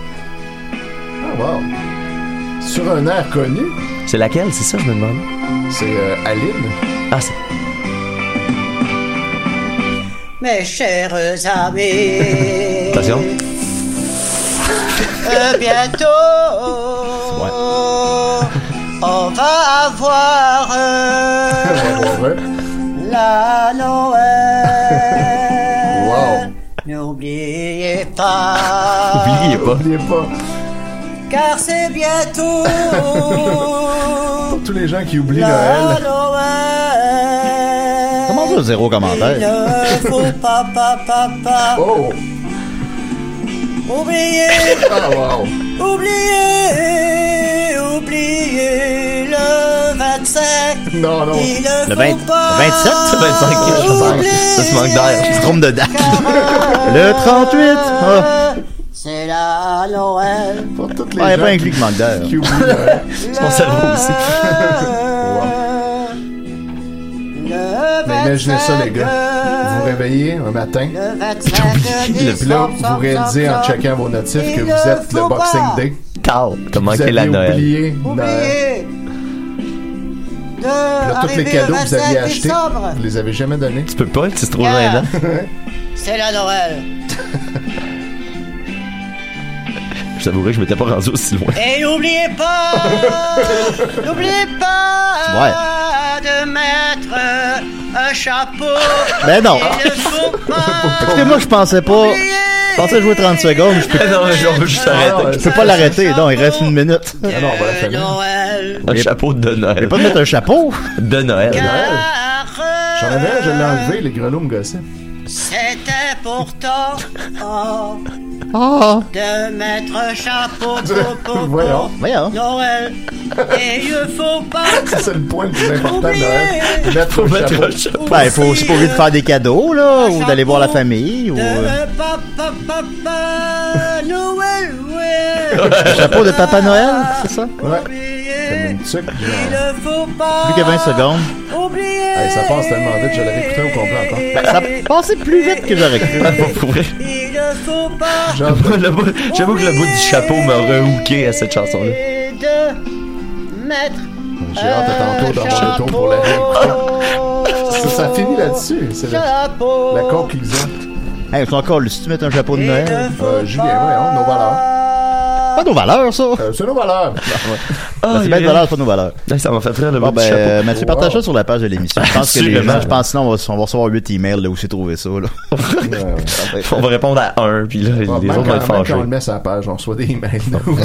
Ah, wow. Sur un air connu, C'est laquelle, c'est ça, je me demande? c'est euh, Aline. Ah, c'est, Mes chers amis. attention. Euh, bientôt. On va avoir euh, la Noël. Wow. N'oubliez pas. Oubliez pas. N'oubliez pas. Car c'est bientôt. Pour tous les gens qui oublient la Noël. Noël. Comment ça, zéro commentaire? Il ne faut pas, pas, pas, pas. Oh. Oubliez. Ah, wow. Oubliez, oubliez le vingt-cinq. Non, non. Il ne Le faut vingt, pas vingt-sept, C'est vingt-cinq. Ça se manque d'air. Je me trompe de date. Le trente-huit. Ah. C'est la Noël. Pour toutes les Ah, il n'y a gens pas inclus qui manque d'air. qui oublient Noël. Mon cerveau aussi. Mais imaginez ça, les gars. Vous vous réveillez un matin, Le vingt-cinq puis là, vous réalisez en checkant vos notifs que vous êtes le Boxing Day. Tard. T'as Vous manqué la avez Noël. oublié Noël. De Là, tous les arriver cadeaux le que vous aviez vingt-cinq achetés, décembre. vous les avez jamais donnés. Tu peux pas, c'est trop Yeah. gênant. C'est la Noël. Je t'avouerais que je m'étais pas rendu aussi loin. Et n'oubliez pas, n'oubliez pas Ouais. de mettre un chapeau. Ben non. Il ne faut pas Écoutez, moi, je pensais pas. Je pensais jouer trente secondes. Je peux, Non, mais on veut juste arrêter. je peux pas l'arrêter. Non, il reste une minute. Ah non, on va la finir. Noël. Un chapeau de Je vais Noël. pas te mettre un chapeau. De Noël. J'en avais un, je l'ai enlevé, les grelots me gossaient. C'était pourtant oh, Ah. de mettre un chapeau pour, pour, Voyons. Voyons. Noël. Et il ne faut pas C'est le point le plus important de Noël. oublier Mettre Faut au mettre chapeau. un chapeau. Ben, il faut, c'est pas obligé de faire des cadeaux, là, ou d'aller voir la famille, ou. de euh, papa, papa, Noël, ouais. Un chapeau de Papa Noël, c'est ça? Ouais. Comme une tuque, Il genre. ne faut pas Plus que vingt secondes. oublier. Hey, ça passe tellement vite, je l'avais écouté au complet encore. Ben, ça passait plus vite que j'aurais cru. Pour vrai. Il ne faut pas Genre, Le bout- J'avoue que le bout du chapeau m'a rehooké à cette chanson-là. oublier de mettre j'ai hâte à tantôt d'avoir le tour pour la réécouter. Ça, ça finit là-dessus. C'est la, chapeau. la conclusion. Hey, c'est encore, si tu mets un chapeau de Il ne Noël. faut Euh, Julien, voyons, nos valeurs. Pas nos valeurs, ça. Euh, c'est nos valeurs. Ah, C'est bien de valeurs, c'est pas nos valeurs. Hey, ça m'a fait rire le Bon, bout du chapeau. ben, Mathieu, Wow. partage ça sur la page de l'émission. Je pense que les Assurément. gens, je pense sinon, on va, on va recevoir huit emails, là, où c'est trouvé ça, là. On va répondre à un, puis là, Bon, les même autres vont quand, être même fâchés. quand on le met sur la page, on reçoit des emails.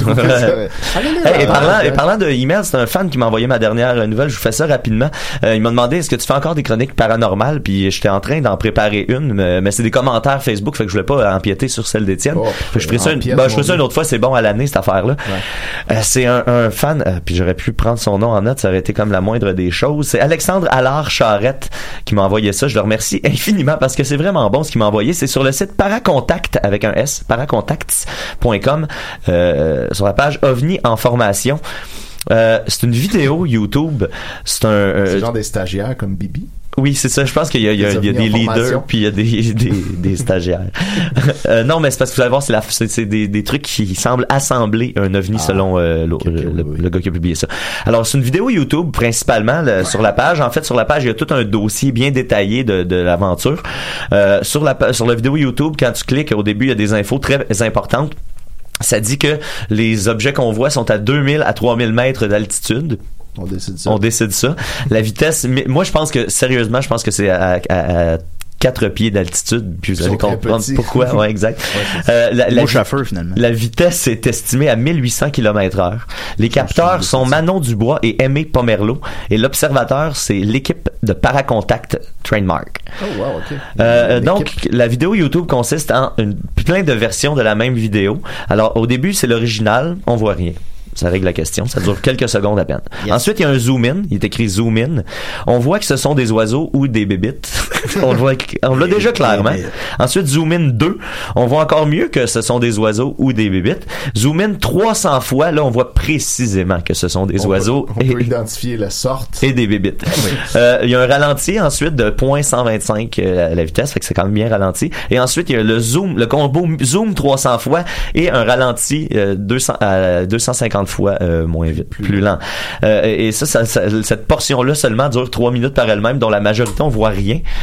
Hey, et, parlant, et parlant de email, c'est un fan qui m'a envoyé ma dernière nouvelle. Je vous fais ça rapidement. Euh, il m'a demandé est-ce que tu fais encore des chroniques paranormales, puis j'étais en train d'en préparer une, mais, mais c'est des commentaires Facebook, fait que je voulais pas empiéter sur celle d'Étienne. Oh, Fait que je ferai ça, une, empiète, ben, je ferai mon ça une Dieu. autre fois. C'est bon à l'année cette affaire-là. Euh, c'est un, un fan, euh, puis j'aurais pu prendre son nom en note, ça aurait été comme la moindre des choses. C'est Alexandre Allard Charrette qui m'a envoyé ça. Je le remercie infiniment parce que c'est vraiment bon ce qu'il m'a envoyé. C'est sur le site Paracontact avec un S, paracontacts point com, euh, sur la page OVNI en formation. Euh, c'est une vidéo YouTube. C'est un. euh, C'est genre des stagiaires comme Bibi. oui, c'est ça. Je pense qu'il y a, il y a, il y a des leaders puis il y a des, des, des stagiaires. euh, non, mais c'est parce que vous allez voir, c'est, la, c'est, c'est des, des trucs qui semblent assembler un ovni Ah, selon euh, le, okay, okay, le, oui, oui. le gars qui a publié ça. Alors, c'est une vidéo YouTube principalement là, sur la page. En fait, sur la page, il y a tout un dossier bien détaillé de, de l'aventure. Euh, sur la sur la vidéo YouTube, quand tu cliques, au début, il y a des infos très importantes. Ça dit que les objets qu'on voit sont à deux mille à trois mille mètres d'altitude. On décide ça. On décide ça. La vitesse, mais moi je pense que sérieusement, je pense que c'est à, à, à quatre pieds d'altitude, puis vous Ils allez sont très comprendre petits. pourquoi. Ouais, exact. Ouais, euh, la, la, Au chauffeur, finalement. la vitesse est estimée à mille huit cents kilomètres heure. Les capteurs sont Manon Dubois et Aimé Pomerleau, et l'observateur, c'est l'équipe de Paracontact Trademark. Oh, wow, OK. Euh, L'équipe. donc, la vidéo YouTube consiste en une, plein de versions de la même vidéo. Alors, au début, c'est l'original, on voit rien. Ça règle la question. Ça dure quelques secondes à peine. Yes. Ensuite, il y a un zoom in. Il est écrit zoom in. On voit que ce sont des oiseaux ou des bébites. on le voit, on l'a déjà clairement. Ensuite, zoom in deux. On voit encore mieux que ce sont des oiseaux ou des bébites. Zoom in trois cents fois. Là, on voit précisément que ce sont des on oiseaux Peut, on et, peut identifier la sorte. et des bébites. Oui. Euh, il y a un ralenti ensuite de zéro virgule cent vingt-cinq euh, à la vitesse, fait que c'est quand même bien ralenti. Et ensuite, il y a le zoom, le combo zoom trois cents fois et un ralenti euh, deux cents à deux cent cinquante fois euh, moins vite, plus, plus lent. Euh, et ça, ça, ça, cette portion-là seulement dure trois minutes par elle-même, dont la majorité on voit rien.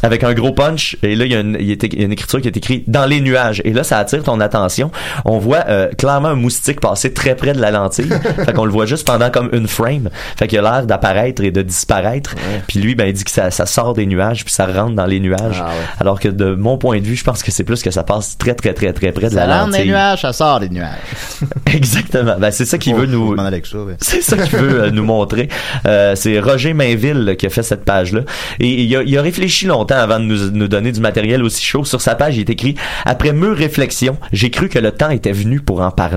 avec un gros punch. Et là, il y a une, il y a une écriture qui est écrite dans les nuages. Et là, ça attire ton attention. On voit euh, clairement un moustique passer très près de la lentille. Fait qu'on le voit juste pendant comme une frame. Fait qu'il a l'air d'apparaître et de disparaître. Ouais. Puis lui, ben, il dit que ça, ça sort des nuages puis ça rentre dans les nuages. Ah ouais. Alors que de mon point de vue, je pense que c'est plus que ça passe très, très, très, très près de ça la lentille. Ça rentre des nuages, ça sort des nuages. Exactement. Ben, c'est ça qu'il oh, veut nous... Ça, ouais. C'est ça qu'il veut euh, nous montrer. Euh, c'est Roger Mainville qui a fait cette page-là. Et il a, il a réfléchi longtemps avant de nous, nous donner du matériel aussi chaud. Sur sa page, il est écrit « Après mûre réflexion, j'ai cru que le temps était venu pour en parler. »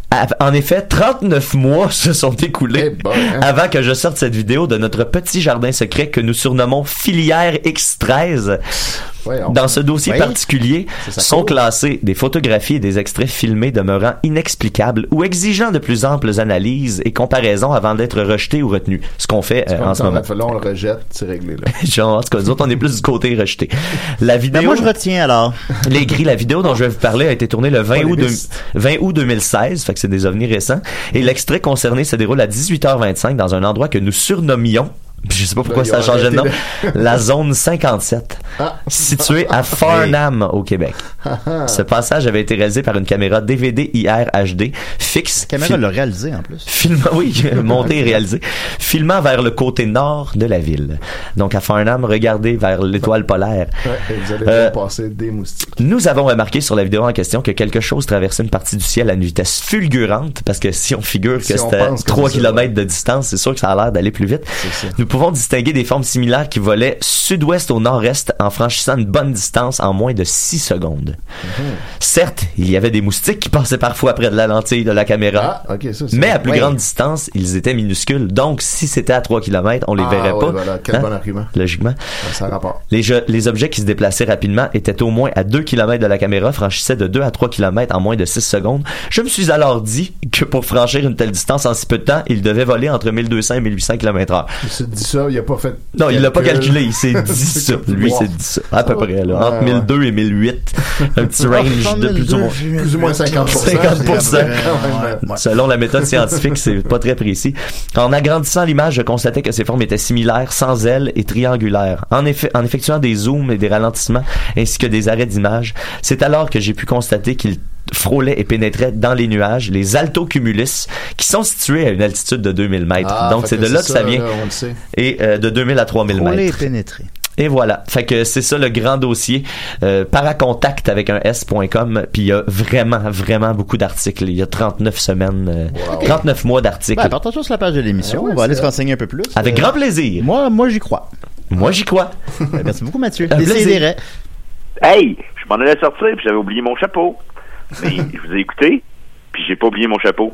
En effet, trente-neuf mois se sont écoulés bon, hein? avant que je sorte cette vidéo de notre petit jardin secret que nous surnommons Filière X treize. Ouais, on... Dans ce dossier oui. particulier, sont cool. classés des photographies et des extraits filmés demeurant inexplicables ou exigeant de plus amples analyses et comparaisons avant d'être rejetés ou retenus. Ce qu'on fait euh, en ce moment. Là, on le rejette, c'est réglé. Là. Genre, en tout cas, nous autres, on est plus du côté rejeté. La vidéo... Ben moi, je retiens alors. Les grilles, la vidéo dont je vais vous parler a été tournée le vingt août deux mille seize, fait que c'est des ovnis récents. Et l'extrait concerné se déroule à dix-huit heures vingt-cinq dans un endroit que nous surnommions, je sais pas pourquoi là, ça a changé de nom, le... la zone cinquante-sept, ah. située à Farnham, au Québec. Ce passage avait été réalisé par une caméra D V D I R H D fixe. La caméra fil... l'a réalisé en plus. Filmant, oui, monté et réalisé. Filmant vers le côté nord de la ville. Donc à Farnham, regardez vers l'étoile polaire. Ouais, et vous allez euh, passer des moustiques. Nous avons remarqué sur la vidéo en question que quelque chose traversait une partie du ciel à une vitesse fulgurante, parce que si on figure si que on c'était trois kilomètres ouais. de distance, c'est sûr que ça a l'air d'aller plus vite. Nous pouvons distinguer des formes similaires qui volaient sud-ouest au nord-est en franchissant une bonne distance en moins de six secondes. Mm-hmm. Certes, il y avait des moustiques qui passaient parfois près de la lentille de la caméra, ah, okay, ça, c'est mais à plus ouais. grande distance, ils étaient minuscules. Donc, si c'était à trois kilomètres, on les ah, verrait ouais, pas. Voilà. Quel hein? bon argument. Logiquement. Ça a rapport. Les, jeux, les objets qui se déplaçaient rapidement étaient au moins à deux kilomètres de la caméra, franchissaient de deux à trois kilomètres en moins de six secondes. Je me suis alors dit que pour franchir une telle distance en si peu de temps, il devait voler entre mille deux cents et mille huit cents kilomètres heure. Il s'est dit ça, il a pas fait... Non, il l'a pas calculé, il s'est dit ça. Lui, il s'est dit ça. À peu près, là. Entre ouais, mille deux ouais. et mille huit. Un petit range de plus ou moins. Plus ou moins cinquante pour cent. cinquante pour cent. Ouais. Selon la méthode scientifique, c'est pas très précis. En agrandissant l'image, je constatais que ces formes étaient similaires, sans ailes et triangulaires. En effet, en effectuant des zooms et des ralentissements, ainsi que des arrêts d'image, c'est alors que j'ai pu constater qu'il frôlait et pénétrait dans les nuages, les altocumulus, qui sont situés à une altitude de deux mille mètres. Ah, donc, c'est de là que ça, ça vient. Là, on le sait. Et euh, de deux mille à trois mille mètres. Frôler et pénétrer. Et voilà. Fait que c'est ça le grand dossier. Euh, paracontact avec un S point com. Puis il y a vraiment, vraiment beaucoup d'articles. Il y a trente-neuf semaines, euh, wow. trente-neuf mois d'articles. Ben, partage sur la page de l'émission. Ah ouais, on va aller se renseigner un peu plus. Avec euh, grand plaisir. Moi, moi, j'y crois. Moi, j'y crois. Ben, merci beaucoup, Mathieu. Un plaisir. Hey, je m'en allais sortir puis j'avais oublié mon chapeau. Mais je vous ai écouté. Puis j'ai pas oublié mon chapeau.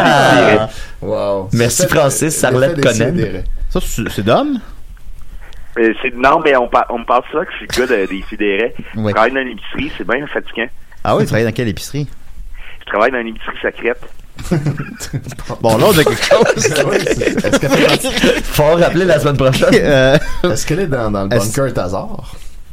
Ah! Wow. Merci fait, Francis, Sarlette Conan. Ça, c'est d'homme? Euh, c'est, non, mais on, par, on me parle ça que je suis le gars de, des sidérés. Ouais. Je travaille dans une épicerie, c'est bien fatigant. Ah oui, tu travailles dans quelle épicerie? Je travaille dans une épicerie secrète. Bon, là, on a quelque chose. Est-ce qu'elle fait partie... Faut rappeler la semaine prochaine. Euh... Est-ce qu'elle est dans, dans le bunker Tazar?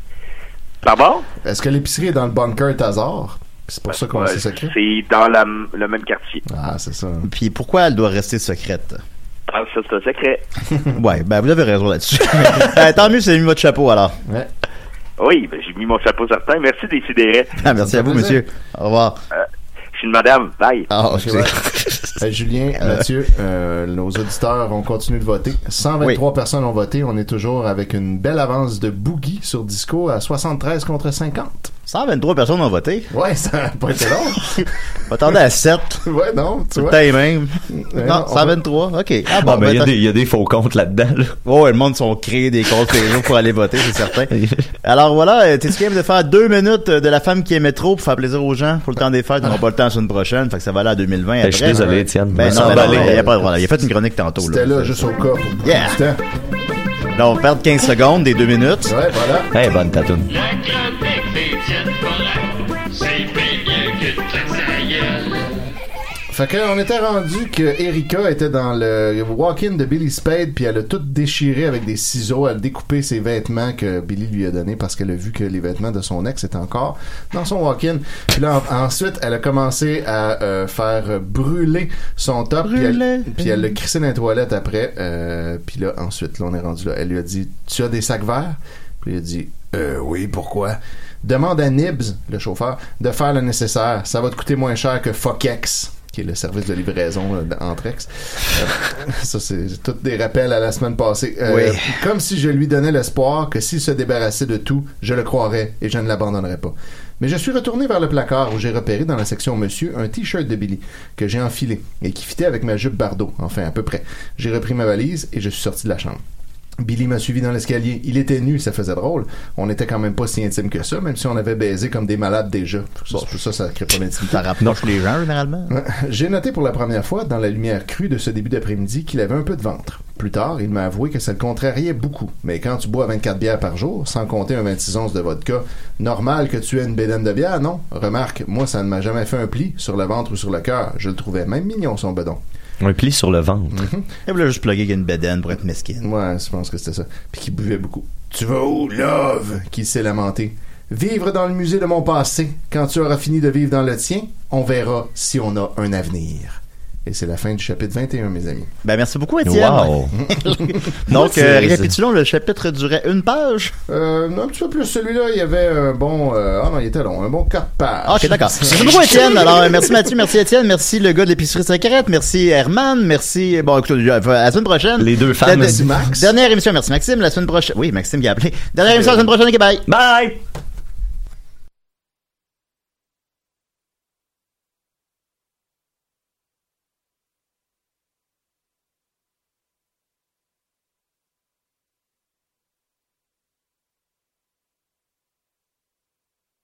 Pardon? Est-ce que l'épicerie est dans le bunker Tazar? C'est pour ça qu'on ouais, c'est secret? C'est dans la, le même quartier. Ah, c'est ça. Puis pourquoi elle doit rester secrète? Ah, ça, c'est un secret. Ouais, ben vous avez raison là-dessus. euh, tant mieux, c'est mis votre chapeau alors. Ouais. Oui, ben, j'ai mis mon chapeau certain. Merci des sidérés. Ah, merci à vous, monsieur. Au revoir. Euh, je suis une madame. Bye. Ah, ok. Ouais. euh, Julien, euh... Mathieu, euh, nos auditeurs ont continué de voter. cent vingt-trois oui. personnes ont voté. On est toujours avec une belle avance de Boogie sur Disco à soixante-treize contre cinquante. cent vingt-trois personnes ont voté. Ouais, ça n'a pas été long. Attendez à sept. Ouais, non, tu vois. Tout le temps même. Ouais, non, cent vingt-trois. Va... OK. Ah bon, ah, ben, il ben, y, y a des faux comptes là-dedans, là. Oh, ouais, le monde sont créés des comptes Facebook pour aller voter, c'est certain. Alors voilà, t'es-tu capable de faire deux minutes de la femme qui aimait trop pour faire plaisir aux gens pour le temps des fêtes? On n'aura pas le temps la semaine prochaine, fait que ça va aller à deux mille vingt. Ben, je suis désolé, Étienne. Ben, non, ben, non, il y a pas de problème. Il a fait une chronique tantôt, là. C'était là, là juste au cas pour beaucoup yeah. du temps. Là, on perd quinze secondes des deux minutes. Ouais, voilà. Hey, bonne tatoune. La chronique d'Étienne Morin, c'est bien mieux que de sa gueule. Fait qu'on était rendu que Erika était dans le walk-in de Billy Spade, puis elle a tout déchiré avec des ciseaux, elle a découpé ses vêtements que Billy lui a donnés parce qu'elle a vu que les vêtements de son ex étaient encore dans son walk-in. Puis là, en, ensuite, elle a commencé à euh, faire brûler son top, puis elle, puis elle l'a crissé dans les toilettes après. Euh, puis là, ensuite, là, on est rendu là. Elle lui a dit, tu as des sacs verts? Puis il a dit, euh, oui, pourquoi? Demande à Nibs, le chauffeur, de faire le nécessaire. Ça va te coûter moins cher que Focex, qui est le service de livraison là, entre ex. Euh, ça, c'est tous des rappels à la semaine passée. Euh, Oui. Comme si je lui donnais l'espoir que s'il se débarrassait de tout, je le croirais et je ne l'abandonnerais pas. Mais je suis retourné vers le placard où j'ai repéré dans la section Monsieur un t-shirt de Billy que j'ai enfilé et qui fitait avec ma jupe Bardot, enfin à peu près. J'ai repris ma valise et je suis sorti de la chambre. Billy m'a suivi dans l'escalier. Il était nu, ça faisait drôle. On n'était quand même pas si intime que ça, même si on avait baisé comme des malades déjà. Ça, ça, ça, ça crée pas d'intimité. Ça rapproche les gens, généralement. J'ai noté pour la première fois, dans la lumière crue de ce début d'après-midi, qu'il avait un peu de ventre. Plus tard, il m'a avoué que ça le contrariait beaucoup. Mais quand tu bois vingt-quatre bières par jour, sans compter un vingt-six onces de vodka, normal que tu aies une bédaine de bière, non? Remarque, moi, ça ne m'a jamais fait un pli, sur le ventre ou sur le cœur. Je le trouvais même mignon, son bedon. Un pli sur le ventre. Mm-hmm. Et voilà, juste plugger qu'il y a une bédaine pour être mesquine. Ouais, je pense que c'était ça. Puis qu'il buvait beaucoup. Tu vas où, love? Qu'il s'est lamenté. Vivre dans le musée de mon passé. Quand tu auras fini de vivre dans le tien, on verra si on a un avenir. Et c'est la fin du chapitre vingt et un, mes amis. Ben, merci beaucoup, Étienne. Wow. Donc, euh, récapitulons, le chapitre durait une page. Euh, un petit peu plus. Celui-là, il y avait un bon... Euh, ah non, il était long. Un bon quatre pages. Ah, ok, d'accord. Merci beaucoup, Étienne. Alors, euh, merci Mathieu, merci Étienne, merci le gars de l'épicerie secrète, merci Herman, merci... Bon, écoute, euh, à la semaine prochaine. Les deux femmes. La- Merci Max. Dernière émission, merci Maxime. La semaine prochaine... Oui, Maxime qui a appelé. Dernière émission la semaine prochaine, ok, bye. Bye!